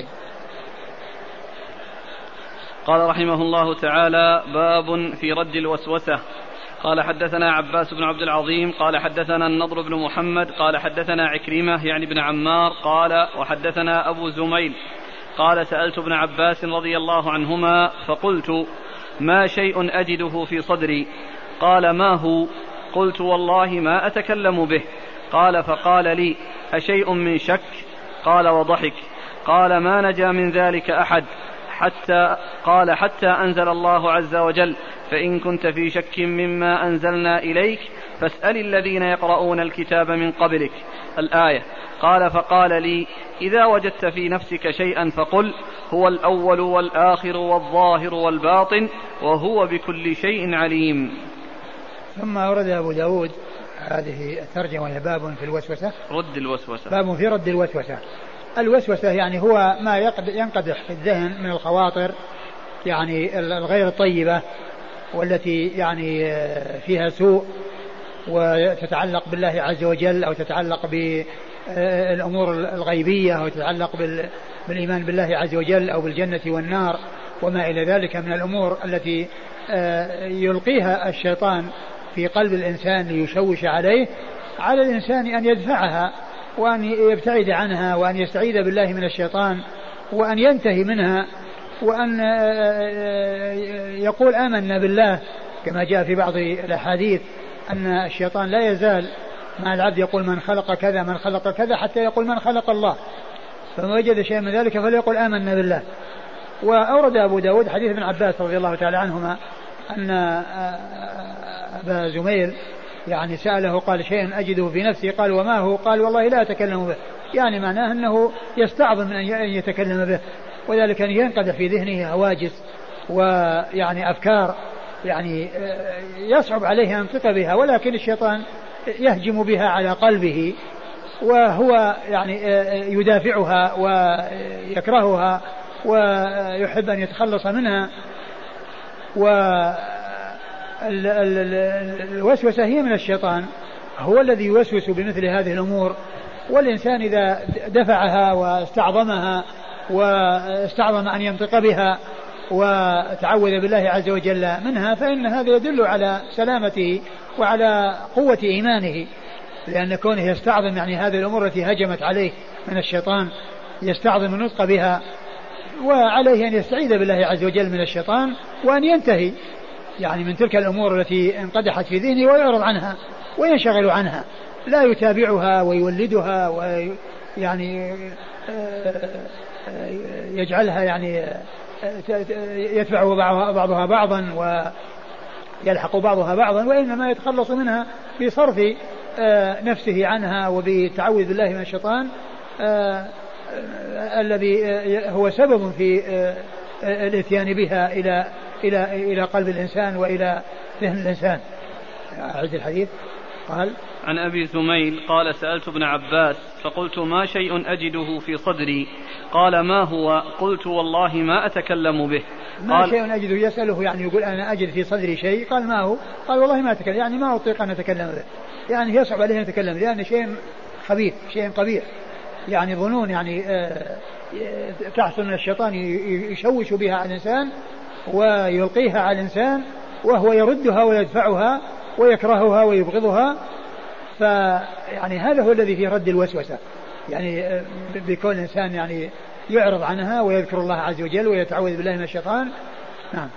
قال رحمه الله تعالى: باب في رد الوسوسة. قال حدثنا عباس بن عبد العظيم قال حدثنا النضر بن محمد قال حدثنا عكرمة يعني بن عمار قال وحدثنا أبو زميل قال سألت ابن عباس رضي الله عنهما فقلت: ما شيء أجده في صدري؟ قال: ما هو؟ قلت: والله ما أتكلم به. قال: فقال لي: أشيء من شك؟ قال وضحك. قال: ما نجا من ذلك أحد حتى قال حتى أنزل الله عز وجل: فإن كنت في شك مما أنزلنا إليك فاسأل الذين يقرؤون الكتاب من قبلك، الآية. قال: فقال لي: إذا وجدت في نفسك شيئا فقل: هو الأول والآخر والظاهر والباطن وهو بكل شيء عليم. ثم أورد أبو داود هذه الترجمة وهي باب في الوسوسة، رد الوسوسة. باب في رد الوسوسة. الوسوسة يعني هو ما ينقدح في الذهن من الخواطر يعني الغير الطيبة والتي يعني فيها سوء وتتعلق بالله عز وجل أو تتعلق بالأمور الغيبية أو تتعلق بالإيمان بالله عز وجل أو بالجنة والنار وما إلى ذلك من الأمور التي يلقيها الشيطان في قلب الإنسان ليشوش عليه. على الإنسان أن يدفعها وأن يبتعد عنها وأن يستعيذ بالله من الشيطان وأن ينتهي منها وأن يقول آمنا بالله، كما جاء في بعض الأحاديث أن الشيطان لا يزال مع العبد يقول من خلق كذا من خلق كذا حتى يقول من خلق الله، فما وجد شيء من ذلك فليقول آمنا بالله. وأورد أبو داود حديث ابن عباس رضي الله تعالى عنهما أن أبا زميل يعني سأله قال شيء أجده في نفسي قال وما هو قال والله لا أتكلم به يعني معناه أنه يستعظم من أن يتكلم به وذلك أن ينقدح في ذهنه هواجس ويعني أفكار يعني يصعب عليه أن ينطق بها ولكن الشيطان يهجم بها على قلبه وهو يعني يدافعها ويكرهها ويحب أن يتخلص منها. والوسوسة هي من الشيطان هو الذي يوسوس بمثل هذه الأمور والإنسان إذا دفعها واستعظمها واستعظم أن ينطق بها وتعوذ بالله عز وجل منها فإن هذا يدل على سلامته وعلى قوة إيمانه لأن كونه يستعظم يعني هذه الأمور التي هجمت عليه من الشيطان يستعظم النطق بها وعليه أن يستعيذ بالله عز وجل من الشيطان وأن ينتهي يعني من تلك الأمور التي انقدحت في ذهنه ويعرض عنها وينشغل عنها لا يتابعها ويولدها ويعني يجعلها يعني يتبع بعضها بعضا ويلحق بعضها بعضا وإنما يتخلص منها بصرف نفسه عنها وبالتعوذ بالله من الشيطان الذي هو سبب في الاتيان بها إلى إلى إلى قلب الإنسان وإلى ذهن الإنسان. أعد الحديث. قال عن أبي زميل قال سألت ابن عباس فقلت ما شيء أجده في صدري قال ما هو قلت والله ما أتكلم به. ما شيء أجده يسأله يعني يقول أنا أجد في صدري شيء قال ما هو قال والله ما أتكلم يعني ما أطيق أن أتكلم به يعني يصعب عليه أن يتكلم لأن شيء خبيث شيء قبيح يعني ظنون يعني تحصل من الشيطان يشوش بها على الإنسان ويلقيها على الإنسان وهو يردها ويدفعها ويكرهها ويبغضها فيعني هذا هو الذي فيه رد الوسوسة يعني بكل إنسان يعني يعرض عنها ويذكر الله عز وجل ويتعوذ بالله من الشيطان. نعم.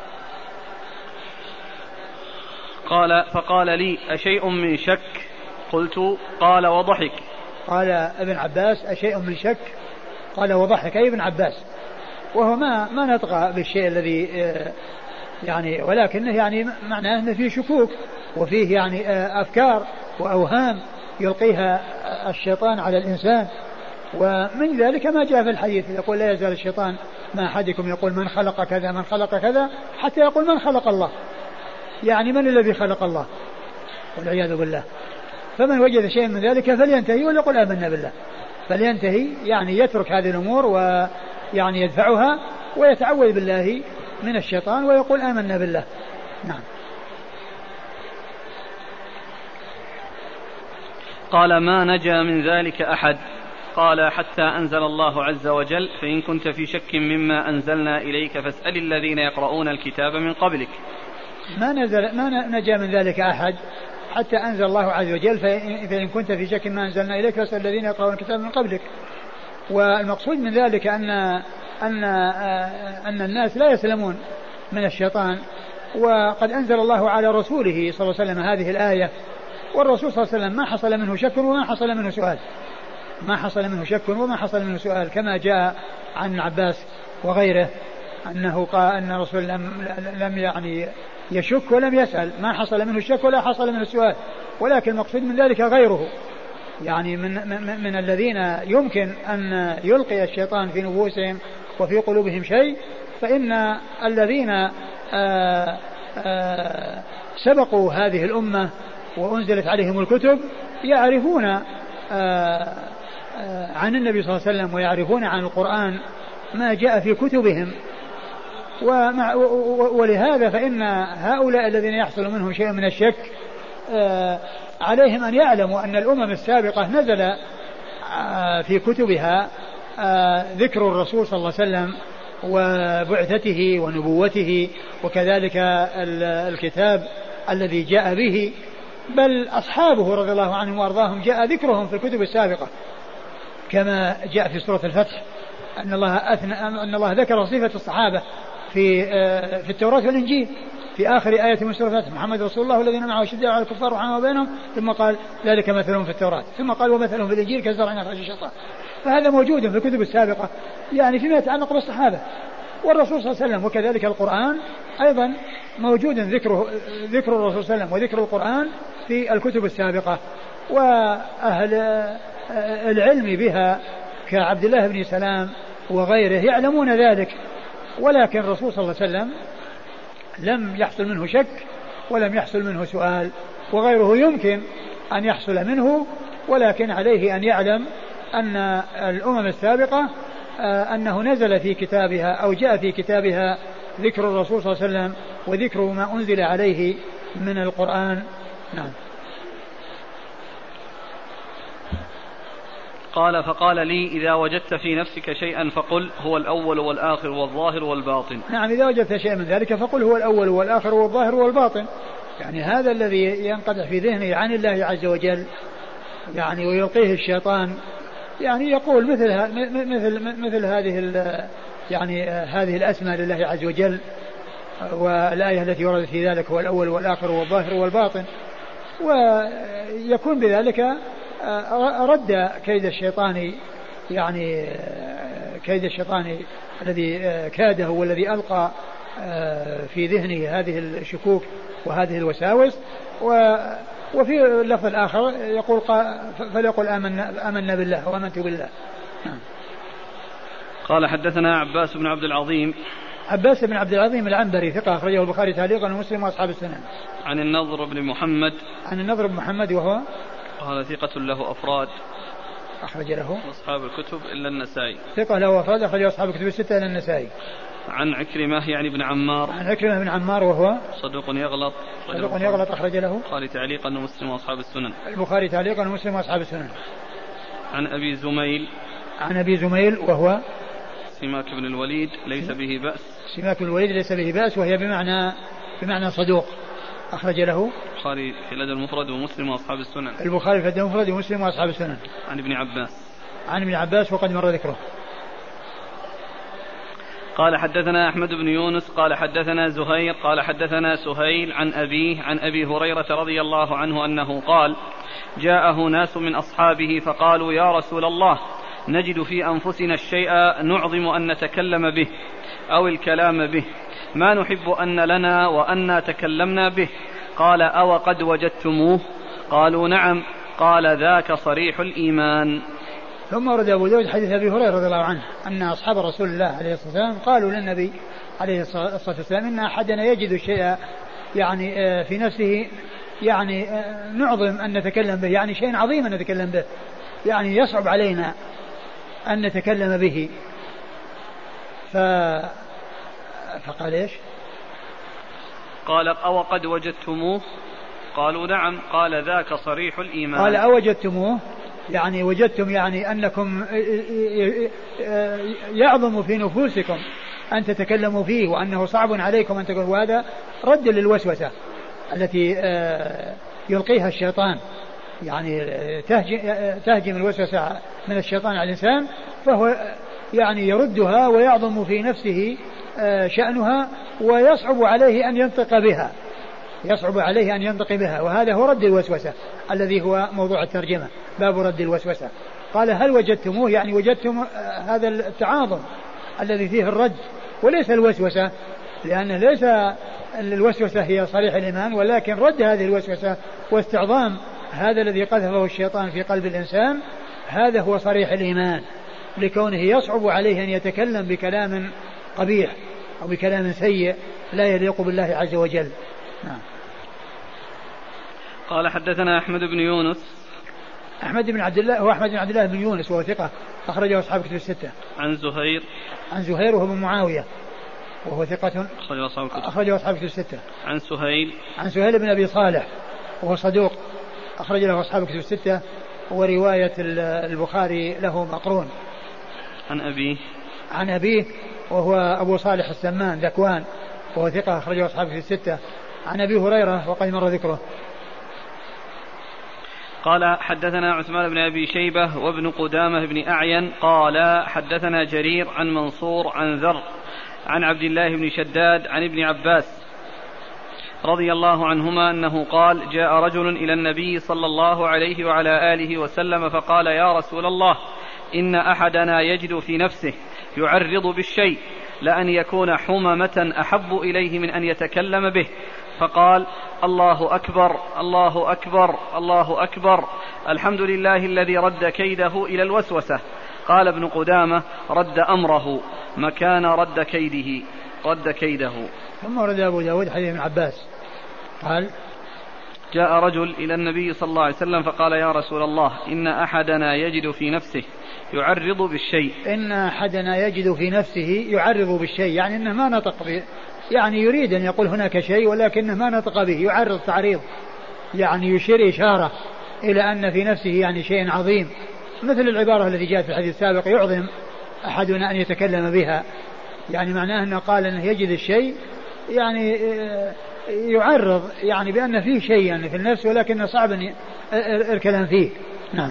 قال فقال لي أشيء من شك قلت قال وضحك. قال ابن عباس أشيء من شك قال وضحك أي ابن عباس وهو ما ما نطق بالشيء الذي يعني ولكنه يعني معناه أنه فيه شكوك وفيه يعني أفكار وأوهام يلقيها الشيطان على الإنسان ومن ذلك ما جاء في الحديث يقول لا يزال الشيطان ما أحدكم يقول من خلق كذا من خلق كذا حتى يقول من خلق الله يعني من الذي خلق الله والعياذ بالله. فمن وجد شيء من ذلك فلينتهي وليقل آمنا بالله فلينتهي يعني يترك هذه الأمور ويعني يدفعها ويتعوذ بالله من الشيطان ويقول آمنا بالله. نعم. قال ما نجا من ذلك أحد قال حتى أنزل الله عز وجل فإن كنت في شك مما أنزلنا إليك فاسأل الذين يقرؤون الكتاب من قبلك. ما نزل ما نجا من ذلك أحد حتى أنزل الله عز وجل فإن كنت في شك ما أنزلنا إليك فاسأل الذين يقرؤون الكتاب من قبلك. والمقصود من ذلك أن أن أن الناس لا يسلمون من الشيطان وقد أنزل الله على رسوله صلى الله عليه وسلم هذه الآية والرسول صلى الله عليه وسلم ما حصل منه شك وما حصل منه سؤال ما حصل منه شك وما حصل منه سؤال كما جاء عن عباس وغيره أنه قال أن الرسول لم, لم يعني يشك ولم يسأل ما حصل منه شك ولا حصل منه سؤال ولكن المقصود من ذلك غيره يعني من, من, من الذين يمكن أن يلقي الشيطان في نفوسهم وفي قلوبهم شيء فإن الذين آآ آآ سبقوا هذه الأمة وأنزلت عليهم الكتب يعرفون عن النبي صلى الله عليه وسلم ويعرفون عن القرآن ما جاء في كتبهم ولهذا فإن هؤلاء الذين يحصل منهم شيء من الشك عليهم أن يعلموا أن الأمم السابقة نزل في كتبها ذكر الرسول صلى الله عليه وسلم وبعثته ونبوته وكذلك الكتاب الذي جاء به بل أصحابه رضي الله عنهم وأرضاهم جاء ذكرهم في الكتب السابقة كما جاء في سورة الفتح أن الله أثنى أن الله ذكر صفة الصحابة في في التوراة والإنجيل في آخر آية من سورة الفتح محمد رسول الله والذين معه شدة على الكفار رحمة بينهم ثم قال ذلك مثلهم في التوراة ثم قال ومثلهم في الإنجيل كزرع أخرج شطأه فهذا موجود في الكتب السابقة يعني فيما يتعلق بالصحابة والرسول صلى الله عليه وسلم وكذلك القرآن أيضا موجود ذكره ذكر الرسول صلى الله عليه وسلم وذكر القرآن في الكتب السابقة، وأهل العلم بها كعبد الله بن سلام وغيره يعلمون ذلك، ولكن الرسول صلى الله عليه وسلم لم يحصل منه شك ولم يحصل منه سؤال، وغيره يمكن أن يحصل منه، ولكن عليه أن يعلم أن الأمم السابقة أنه نزل في كتابها أو جاء في كتابها ذكر الرسول صلى الله عليه وسلم وذكر ما أنزل عليه من القرآن. نعم. قال فقال لي إذا وجدت في نفسك شيئا فقل هو الأول والآخر والظاهر والباطن. نعم، إذا وجدت شيئا من ذلك فقل هو الأول والآخر والظاهر والباطن، يعني هذا الذي ينقطع في ذهنه عن الله عز وجل يعني ويلقيه الشيطان، يعني يقول مثل مثل مثل هذه يعني هذه الأسماء لله عز وجل، والآية التي وردت في ذلك هو الأول والآخر والظاهر والباطن، ويكون بذلك رد كيد الشيطان، يعني كيد الشيطان الذي كاده والذي ألقى في ذهنه هذه الشكوك وهذه الوساوس. وفي اللفظ الآخر يقول فليقل آمنا, آمنا بالله وآمنت بالله. قال حدثنا عباس بن عبد العظيم. عباس بن عبد العظيم العنبري ثقة أخرجه البخاري تعليقا ومسلم وأصحاب السنن. عن النضر بن محمد. عن النضر بن محمد وهو قال ثقة له أفراد أخرج له أصحاب الكتب إلا النسائي. ثقة له أفراد أخرج أصحاب الكتب الستة إلا النسائي. عن عكرمة يعني بن عمار. عن عكرمة بن عمار وهو صدوق يغلط. صدوق يغلط أخرج له البخاري تعليقا ومسلم وأصحاب السنن. البخاري تعليقا ومسلم وأصحاب السنن. عن أبي زميل. عن أبي زميل وهو سماك بن الوليد ليس به بأس. سماك بن الوليد ليس به بأس، وهي بمعنى بمعنى صدوق أخرج له البخاري في الأدب المفرد ومسلم وأصحاب السنن. البخاري في الأدب المفرد ومسلم وأصحاب السنن. عن ابن عباس. عن ابن عباس وقد مر ذكره. قال حدثنا أحمد بن يونس قال حدثنا زهير قال حدثنا سهيل عن أبيه عن أبي هريرة رضي الله عنه أنه قال جاءه ناس من أصحابه فقالوا يا رسول الله نجد في أنفسنا الشيء نعظم أن نتكلم به أو الكلام به ما نحب أن لنا وأن تكلمنا به. قال أو قد وجدتموه؟ قالوا نعم. قال ذاك صريح الإيمان. ثم ورد أبو داود حديث أبي هريرة رضي الله عنه أن أصحاب رسول الله عليه الصلاة والسلام قالوا للنبي عليه الصلاة والسلام إن أحدنا يجد الشيء يعني في نفسه يعني نعظم أن نتكلم به، يعني شيء عظيم أن نتكلم به، يعني يصعب علينا أن نتكلم به. ف... فقال إيش؟ قال أو قد وجدتموه؟ قالوا نعم. قال ذاك صريح الإيمان. قال أو وجدتموه يعني وجدتم يعني أنكم يعظم في نفوسكم أن تتكلموا فيه وأنه صعب عليكم أن تقولوا، هذا رد للوسوسة التي يلقيها الشيطان، يعني تهجم الوسوسة من الشيطان على الإنسان، فهو يعني يردها ويعظم في نفسه شأنها ويصعب عليه أن ينطق بها يصعب عليه أن ينطق بها وهذا هو رد الوسوسة الذي هو موضوع الترجمة، باب رد الوسوسة. قال هل وجدتموه؟ يعني وجدتم هذا التعاظم الذي فيه الرد وليس الوسوسة، لأن ليس الوسوسة هي صريح الإيمان، ولكن رد هذه الوسوسة واستعظام هذا الذي قذفه الشيطان في قلب الإنسان، هذا هو صريح الإيمان، لكونه يصعب عليه أن يتكلم بكلام قبيح أو بكلام سيء لا يليق بالله عز وجل. نعم. قال حدثنا أحمد بن يونس. أحمد بن عبد الله هو أحمد بن عبد الله بن يونس وهو ثقة أخرجه أصحاب كتب الستة. عن زهير. عن زهير وهو بن معاوية وهو ثقة أخرجه أصحاب الكتب. أخرجه أصحاب كتب الستة. عن سهيل. عن سهيل بن أبي صالح وهو صدوق أخرج له أصحاب كتب الستة، ورواية البخاري له مقرون. عن أبيه. عن أبيه وهو أبو صالح السمان ذكوان وهو ثقة أخرجه أصحاب كتب الستة. عن أبي هريرة وقد مر ذكره. قال حدثنا عثمان بن أبي شيبة وابن قدامة بن أعين قال حدثنا جرير عن منصور عن ذر عن عبد الله بن شداد عن ابن عباس رضي الله عنهما أنه قال جاء رجل إلى النبي صلى الله عليه وعلى آله وسلم فقال يا رسول الله إن أحدنا يجد في نفسه يعرض بالشيء لأن يكون حممة أحب إليه من أن يتكلم به. فقال: الله أكبر الله أكبر الله أكبر، الحمد لله الذي رد كيده إلى الوسوسة. قال ابن قدامة: رد أمره مكان رد كيده رد كيده. ثم ورد أبو داود حديث ابن عباس قال: جاء رجل إلى النبي صلى الله عليه وسلم فقال: يا رسول الله، إن أحدنا يجد في نفسه يعرض بالشيء إن أحدنا يجد في نفسه يعرض بالشيء، يعني إنه ما نطق به، يعني يريد أن يقول هناك شيء ولكنه ما نطق به، يعرض تعريض، يعني يشير إشارة إلى أن في نفسه يعني شيء عظيم، مثل العبارة التي جاءت في الحديث السابق: يعظم أحدنا أن يتكلم بها، يعني معناه أنه قال أنه يجد الشيء، يعني يعرض يعني بأن فيه شيء يعني في النفس ولكنه صعب أن الكلام فيه. نعم.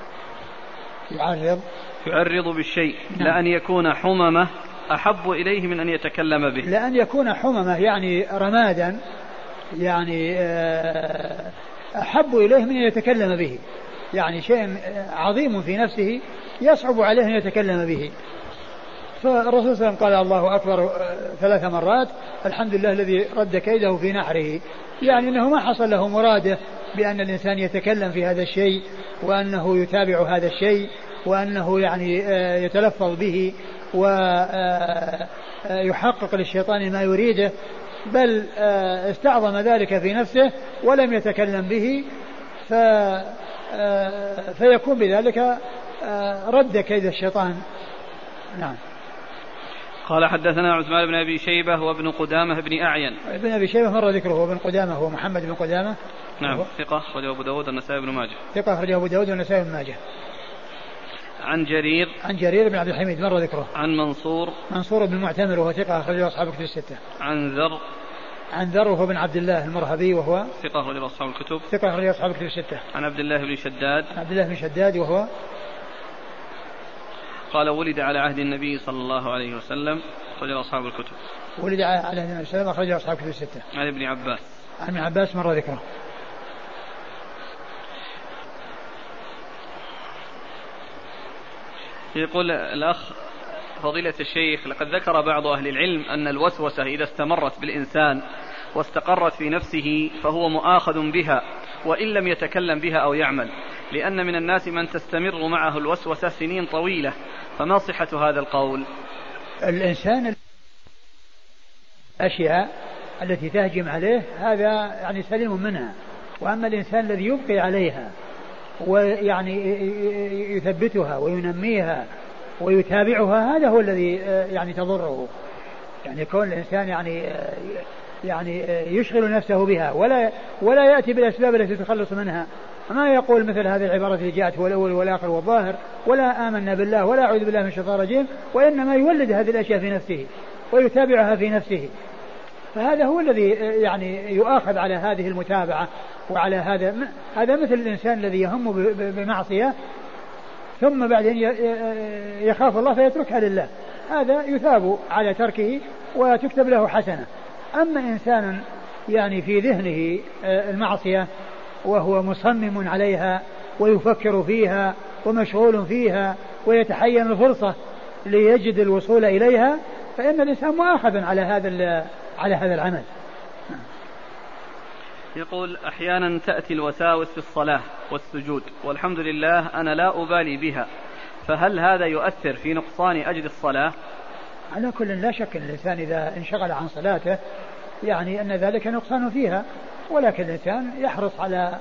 يعرض يعرض بالشيء. نعم. لأن يكون حممة أحب إليه من أن يتكلم به. لأن يكون حممة يعني رمادا، يعني أحب إليه من أن يتكلم به، يعني شيء عظيم في نفسه يصعب عليه أن يتكلم به. فالرسول صلى الله عليه وسلم قال: الله أكبر ثلاث مرات، الحمد لله الذي رد كيده في نحره، يعني أنه ما حصل له مراده بأن الإنسان يتكلم في هذا الشيء وأنه يتابع هذا الشيء وأنه يعني يتلفظ به ويحقق للشيطان ما يريده، بل استعظم ذلك في نفسه ولم يتكلم به، ف فيكون بذلك رد كيد الشيطان. نعم. قال: حدثنا عثمان بن أبي شيبة وابن قدامة بن أعين. ابن أبي شيبة مر ذكره، وابن قدامة هو محمد بن قدامة. نعم. ثقة أخرجه أبو داود والنسائي بن ماجه. ثقة أخرجه أبو داود والنسائي بن ماجه. عن جرير عن جرير بن عبد الحميد مر ذكره. عن منصور منصور بن المعتمر وهو ثقة أخرجه أصحاب الكتب الستة. عن ذر عن ذر وهو بن عبد الله المرهبي وهو ثقة أخرجه أصحاب الكتب. ثقة أخرجه أصحاب الكتب الستة. عن عبد الله بن شداد عن عبد الله بن شداد وهو قال: ولد على عهد النبي صلى الله عليه وسلم، أخرجه أصحاب الكتب. ولد على عهد النبي صلى الله عليه وسلم، أخرجه أصحاب الكتب الستة. عن ابن عباس عن ابن عباس مر ذكره. يقول الأخ: فضيلة الشيخ، لقد ذكر بعض أهل العلم أن الوسوسة إذا استمرت بالإنسان واستقرت في نفسه فهو مؤاخذ بها وإن لم يتكلم بها أو يعمل، لأن من الناس من تستمر معه الوسوسة سنين طويلة، فما صحة هذا القول؟ الإنسان الأشياء التي تهجم عليه هذا يعني سليم منها، وأما الإنسان الذي يبقي عليها ويعني يثبتها وينميها ويتابعها هذا هو الذي يعني تضره. يعني كون الإنسان يعني يعني يشغل نفسه بها ولا ولا يأتي بالأسباب التي تخلص منها، ما يقول مثل هذه العبارة التي جاءت: هو الأول والآخر والظاهر، ولا آمنا بالله ولا أعوذ بالله من الشيطان الرجيم، وإنما يولد هذه الأشياء في نفسه ويتابعها في نفسه. فهذا هو الذي يعني يؤاخذ على هذه المتابعة وعلى هذا. هذا مثل الإنسان الذي يهم بمعصية ثم بعدين يخاف الله فيتركها لله، هذا يثاب على تركه وتكتب له حسنة. أما إنسان يعني في ذهنه المعصية وهو مصمم عليها ويفكر فيها ومشغول فيها ويتحين الفرصة ليجد الوصول إليها، فإن الإنسان مؤاخذ على هذا على هذا العمل. يقول: أحيانا تأتي الوساوس في الصلاة والسجود والحمد لله أنا لا أبالي بها، فهل هذا يؤثر في نقصان أجر الصلاة؟ على كل لا شك أن الإنسان إذا انشغل عن صلاته يعني أن ذلك نقصان فيها، ولكن الإنسان يحرص على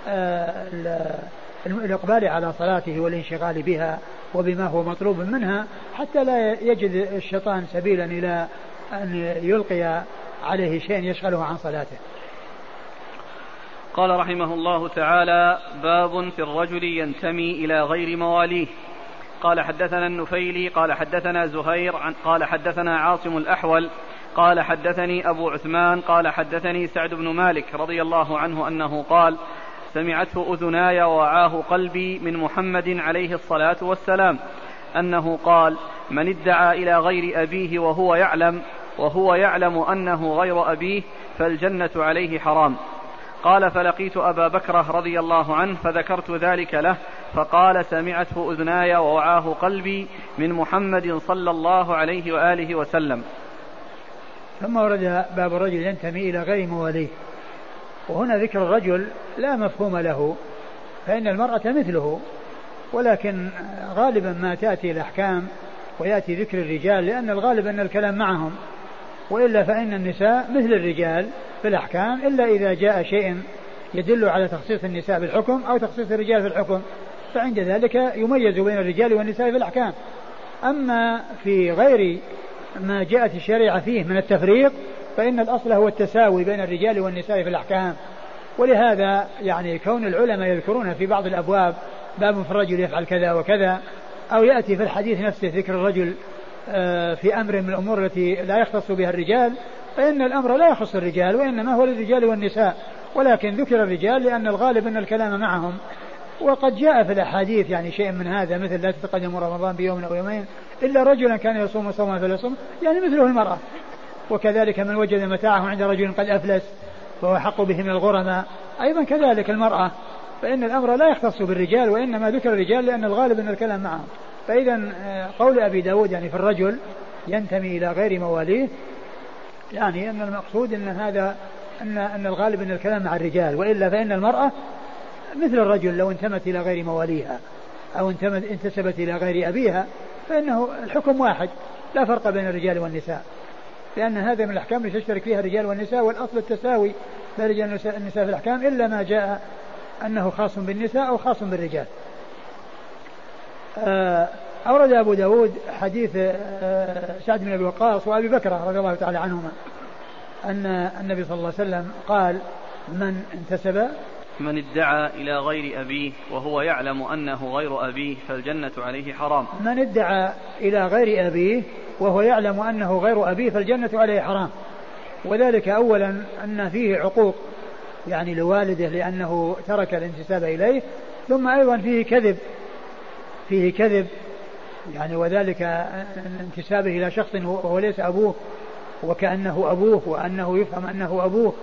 الإقبال على صلاته والانشغال بها وبما هو مطلوب منها حتى لا يجد الشيطان سبيلا إلى أن يلقي عليه شيء يشغله عن صلاته. قال رحمه الله تعالى: باب في الرجل ينتمي إلى غير مواليه. قال: حدثنا النفيلي قال حدثنا زهير عن قال حدثنا عاصم الأحول قال حدثني أبو عثمان قال حدثني سعد بن مالك رضي الله عنه أنه قال: سمعته أذناي ووعاه قلبي من محمد عليه الصلاة والسلام أنه قال: من ادعى إلى غير أبيه وهو يعلم وهو يعلم أنه غير أبيه فالجنة عليه حرام. قال: فلقيت أبا بكر رضي الله عنه فذكرت ذلك له فقال سمعته أذناي ووعاه قلبي من محمد صلى الله عليه وآله وسلم. ثم ورد باب الرجل ينتمي إلى غير مواليه، وهنا ذكر الرجل لا مفهوم له، فإن المرأة مثله، ولكن غالبا ما تأتي الأحكام ويأتي ذكر الرجال لأن الغالب أن الكلام معهم، وإلا فإن النساء مثل الرجال في الأحكام إلا إذا جاء شيء يدل على تخصيص النساء بالحكم أو تخصيص الرجال في الحكم، فعند ذلك يميز بين الرجال والنساء في الأحكام. أما في غير ما جاءت الشريعة فيه من التفريق فإن الأصل هو التساوي بين الرجال والنساء في الأحكام. ولهذا يعني كون العلماء يذكرون في بعض الأبواب باب في الرجل يفعل كذا وكذا، أو يأتي في الحديث نفسه ذكر الرجل في أمر من الأمور التي لا يختص بها الرجال، فإن الأمر لا يخص الرجال وإنما هو للرجال والنساء، ولكن ذكر الرجال لأن الغالب أن الكلام معهم. وقد جاء في الأحاديث يعني شيء من هذا، مثل لا تتقدم رمضان بيوم أو يومين إلا رجلا كان يصوم صوما فليصوم، يعني مثله المرأة. وكذلك من وجد متاعه عند رجل قد أفلس فهو حق به من الغرماء، أيضا كذلك المرأة، فإن الأمر لا يختص بالرجال وإنما ذكر الرجال لأن الغالب أن الكلام معهم. فإذا قول أبي داود يعني في الرجل ينتمي إلى غير مواليه، يعني أن المقصود أن هذا أن, أن الغالب أن الكلام مع الرجال، وإلا فإن المرأة مثل الرجل لو انتمت إلى غير مواليها أو انتسبت إلى غير أبيها فإنه الحكم واحد لا فرق بين الرجال والنساء، لأن هذا من الأحكام التي تشترك فيها الرجال والنساء، والأصل التساوي بين الرجال والنساء في الأحكام إلا ما جاء أنه خاص بالنساء أو خاص بالرجال. أورد أبو داود حديث سعد بن أبي وقاص وأبي بكر رضي الله تعالى عنهما أن النبي صلى الله عليه وسلم قال من انتسب من ادعى إلى غير أبيه وهو يعلم أنه غير أبيه فالجنة عليه حرام. من ادعى إلى غير أبيه وهو يعلم أنه غير أبيه فالجنة عليه حرام. وذلك أولا أن فيه عقوق يعني لوالده لأنه ترك الانتساب إليه، ثم أيضا فيه كذب فيه كذب يعني وذلك انتسابه إلى شخص وهو ليس أبوه وكأنه أبوه وأنه يفهم أنه أبوه.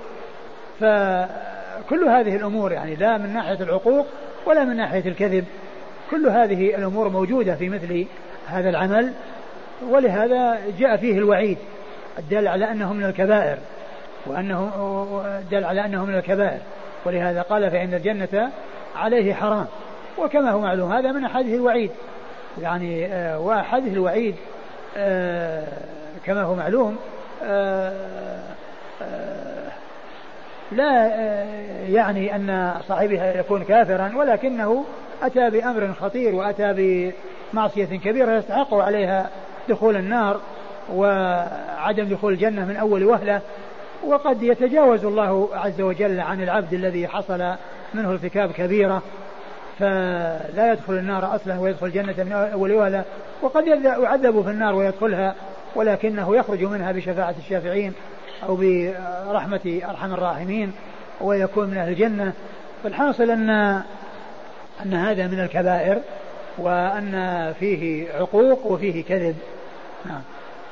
فكل هذه الأمور يعني لا من ناحية العقوق ولا من ناحية الكذب، كل هذه الأمور موجودة في مثل هذا العمل، ولهذا جاء فيه الوعيد الدال على أنه من الكبائر وأنه دل على أنه من الكبائر، ولهذا قال فإن الجنة عليه حرام. وكما هو معلوم هذا من أحاديث الوعيد يعني آه وأحاديث الوعيد آه كما هو معلوم آه آه لا آه يعني أن صاحبها يكون كافرا، ولكنه أتى بأمر خطير وأتى بمعصية كبيرة يستحق عليها دخول النار وعدم دخول الجنة من أول وهلة. وقد يتجاوز الله عز وجل عن العبد الذي حصل منه ارتكاب كبيرة فلا يدخل النار أصلا ويدخل الجنة من أول وهلة، وقد يعذب في النار ويدخلها ولكنه يخرج منها بشفاعة الشافعين أو برحمة أرحم الراحمين ويكون من أهل الجنة. فالحاصل أن أن هذا من الكبائر وأن فيه عقوق وفيه كذب. نعم.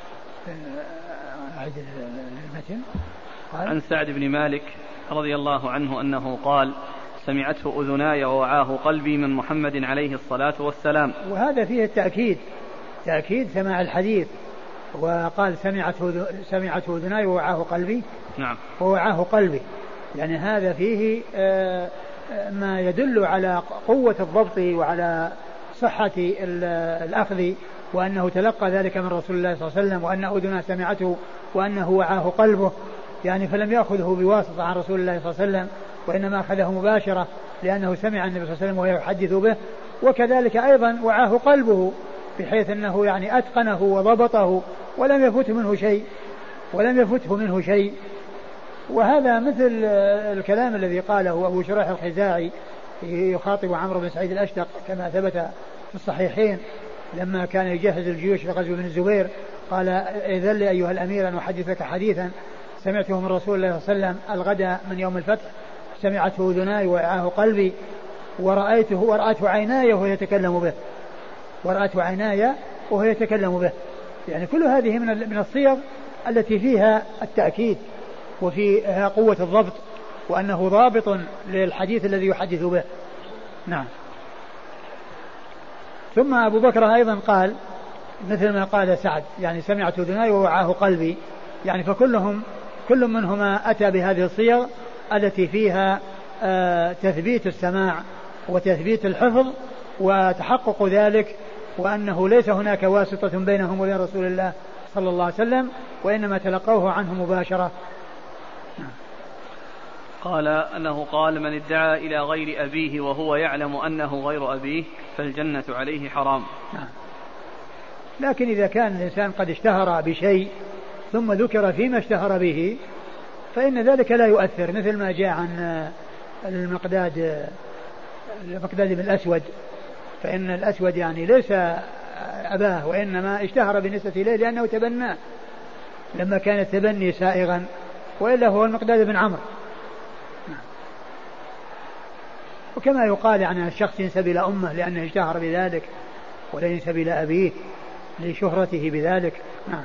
أعيد المتن. عن سعد بن مالك رضي الله عنه أنه قال سمعته أذناي ووعاه قلبي من محمد عليه الصلاة والسلام. وهذا فيه التأكيد تأكيد سماع الحديث، وقال سمعته سمعته أذناي ووعاه قلبي. نعم. ووعاه قلبي يعني هذا فيه ما يدل على قوة الضبط وعلى صحة الأخذ، وأنه تلقى ذلك من رسول الله صلى الله عليه وسلم، وأن أذنه سمعته وأنه وعاه قلبه يعني فلم يأخذه بواسطة عن رسول الله صلى الله عليه وسلم وإنما أخذه مباشرة لأنه سمع النبي صلى الله عليه وسلم وهو يحدث به. وكذلك أيضا وعاه قلبه بحيث أنه يعني أتقنه وضبطه ولم يفته منه شيء ولم يفته منه شيء. وهذا مثل الكلام الذي قاله أبو شريح الخزاعي يخاطب عمرو بن سعيد الأشتق كما ثبت في الصحيحين لما كان يجهز الجيوش لغزو بن الزبير، قال إذن لي أيها الأمير أن أحدثك حديثا سمعته من رسول الله صلى الله عليه وسلم الغد من يوم الفتح، سمعته أذناي ووعاه قلبي ورأيته ورأته عيناي وهو يتكلم به ورأته عيناي وهو يتكلم به. يعني كل هذه من من الصيغ التي فيها التأكيد وفيها قوة الضبط وأنه ضابط للحديث الذي يحدث به. نعم. ثم أبو بكر أيضا قال مثل ما قال سعد يعني سمعت أذناي ووعاه قلبي، يعني فكلهم كل منهما أتى بهذه الصيغ التي فيها آه تثبيت السماع وتثبيت الحفظ وتحقق ذلك، وأنه ليس هناك واسطة بينهم وبين رسول الله صلى الله عليه وسلم، وإنما تلقوه عنه مباشرة. قال أنه قال من ادعى إلى غير أبيه وهو يعلم أنه غير أبيه فالجنة عليه حرام. لكن إذا كان الإنسان قد اشتهر بشيء ثم ذكر فيما اشتهر به فإن ذلك لا يؤثر، مثل ما جاء عن المقداد المقداد بن الأسود، فإن الأسود يعني ليس أباه وإنما اشتهر بالنسبة إليه لأنه تبناه لما كان التبني سائغا، وإلا هو المقداد بن عمرو. وكما يقال عن الشخص ينسب إلى أمه لأنه اشتهر بذلك، ولا ينسب إلى أبيه لشهرته بذلك. نعم.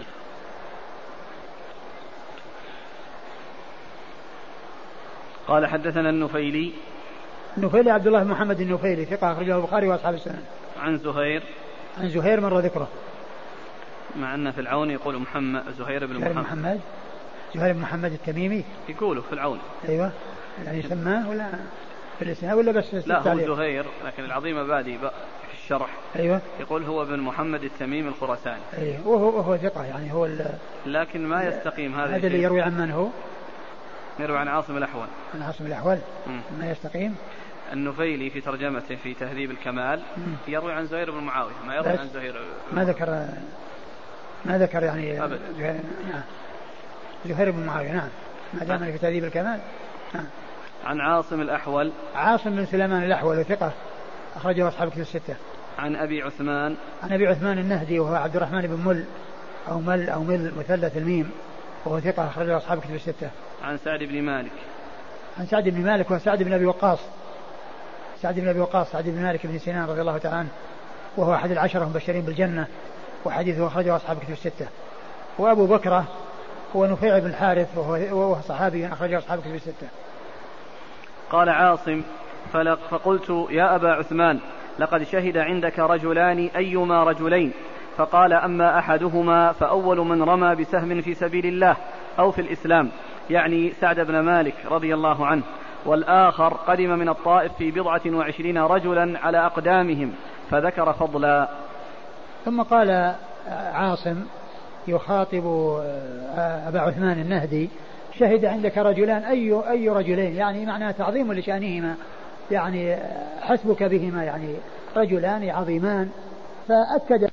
قال حدثنا النفيلي. النفيلي عبد الله بن محمد النفيلي ثقة أخرجه البخاري وأصحاب السنن. عن زهير. عن زهير مر ذكره. مع أن في العون يقول محمد زهير بن محمد. محمد زهير بن محمد التميمي يقوله في العون. أيوة يعني يسماه ولا في الاسناد ولا بس لا هو زهير، لكن العظيم بادي في الشرح أيوة يقول هو بن محمد التميمي الخراساني. أيوة وهو, وهو ثقة يعني هو لكن ما يستقيم هذا. هذا اللي يروي عن من هو؟ يروي عن عاصم الأحول. عن عاصم الأحول ما يستقيم. النفيلي في ترجمته في تهذيب الكمال مم. يروي عن زهير بن معاوية، ما يروي عن زهير. ما ذكر ما ذكر يعني أبدا. زهير, نعم. زهير بن معاوية نعم ما دام في تهذيب الكمال. نعم. عن عاصم الأحول. عاصم بن سليمان الأحول ثقة أخرجه أصحاب الكتب الستة. عن أبي عثمان. عن أبي عثمان النهدي وهو عبد الرحمن بن مل أو مل أو مل مثلث الميم، وهو ثقة أخرجه أصحاب الكتب الستة. عن سعد بن مالك. عن سعد بن مالك وهو سعد بن أبي وقاص سعد بن أبي وقاص سعد بن مالك بن سنان رضي الله تعالى عنه، وهو أحد العشرة المبشرين بالجنة، وحديثه أخرجه أصحاب الكتب الستة. وأبو بكرة هو نفيع بن الحارث وهو صحابي أخرجه أصحاب الكتب الستة. قال عاصم فقلت يا أبا عثمان لقد شهد عندك رجلان أيما رجلين؟ فقال أما أحدهما فأول من رمى بسهم في سبيل الله أو في الإسلام، يعني سعد بن مالك رضي الله عنه، والآخر قدم من الطائف في بضعة وعشرين رجلا على أقدامهم، فذكر فضلا. ثم قال عاصم يخاطب أبا عثمان النهدي شهد عندك رجلان أي أي رجلين، يعني معناه تعظيم لشأنهما، يعني حسبك بهما يعني رجلان عظيمان، فأكد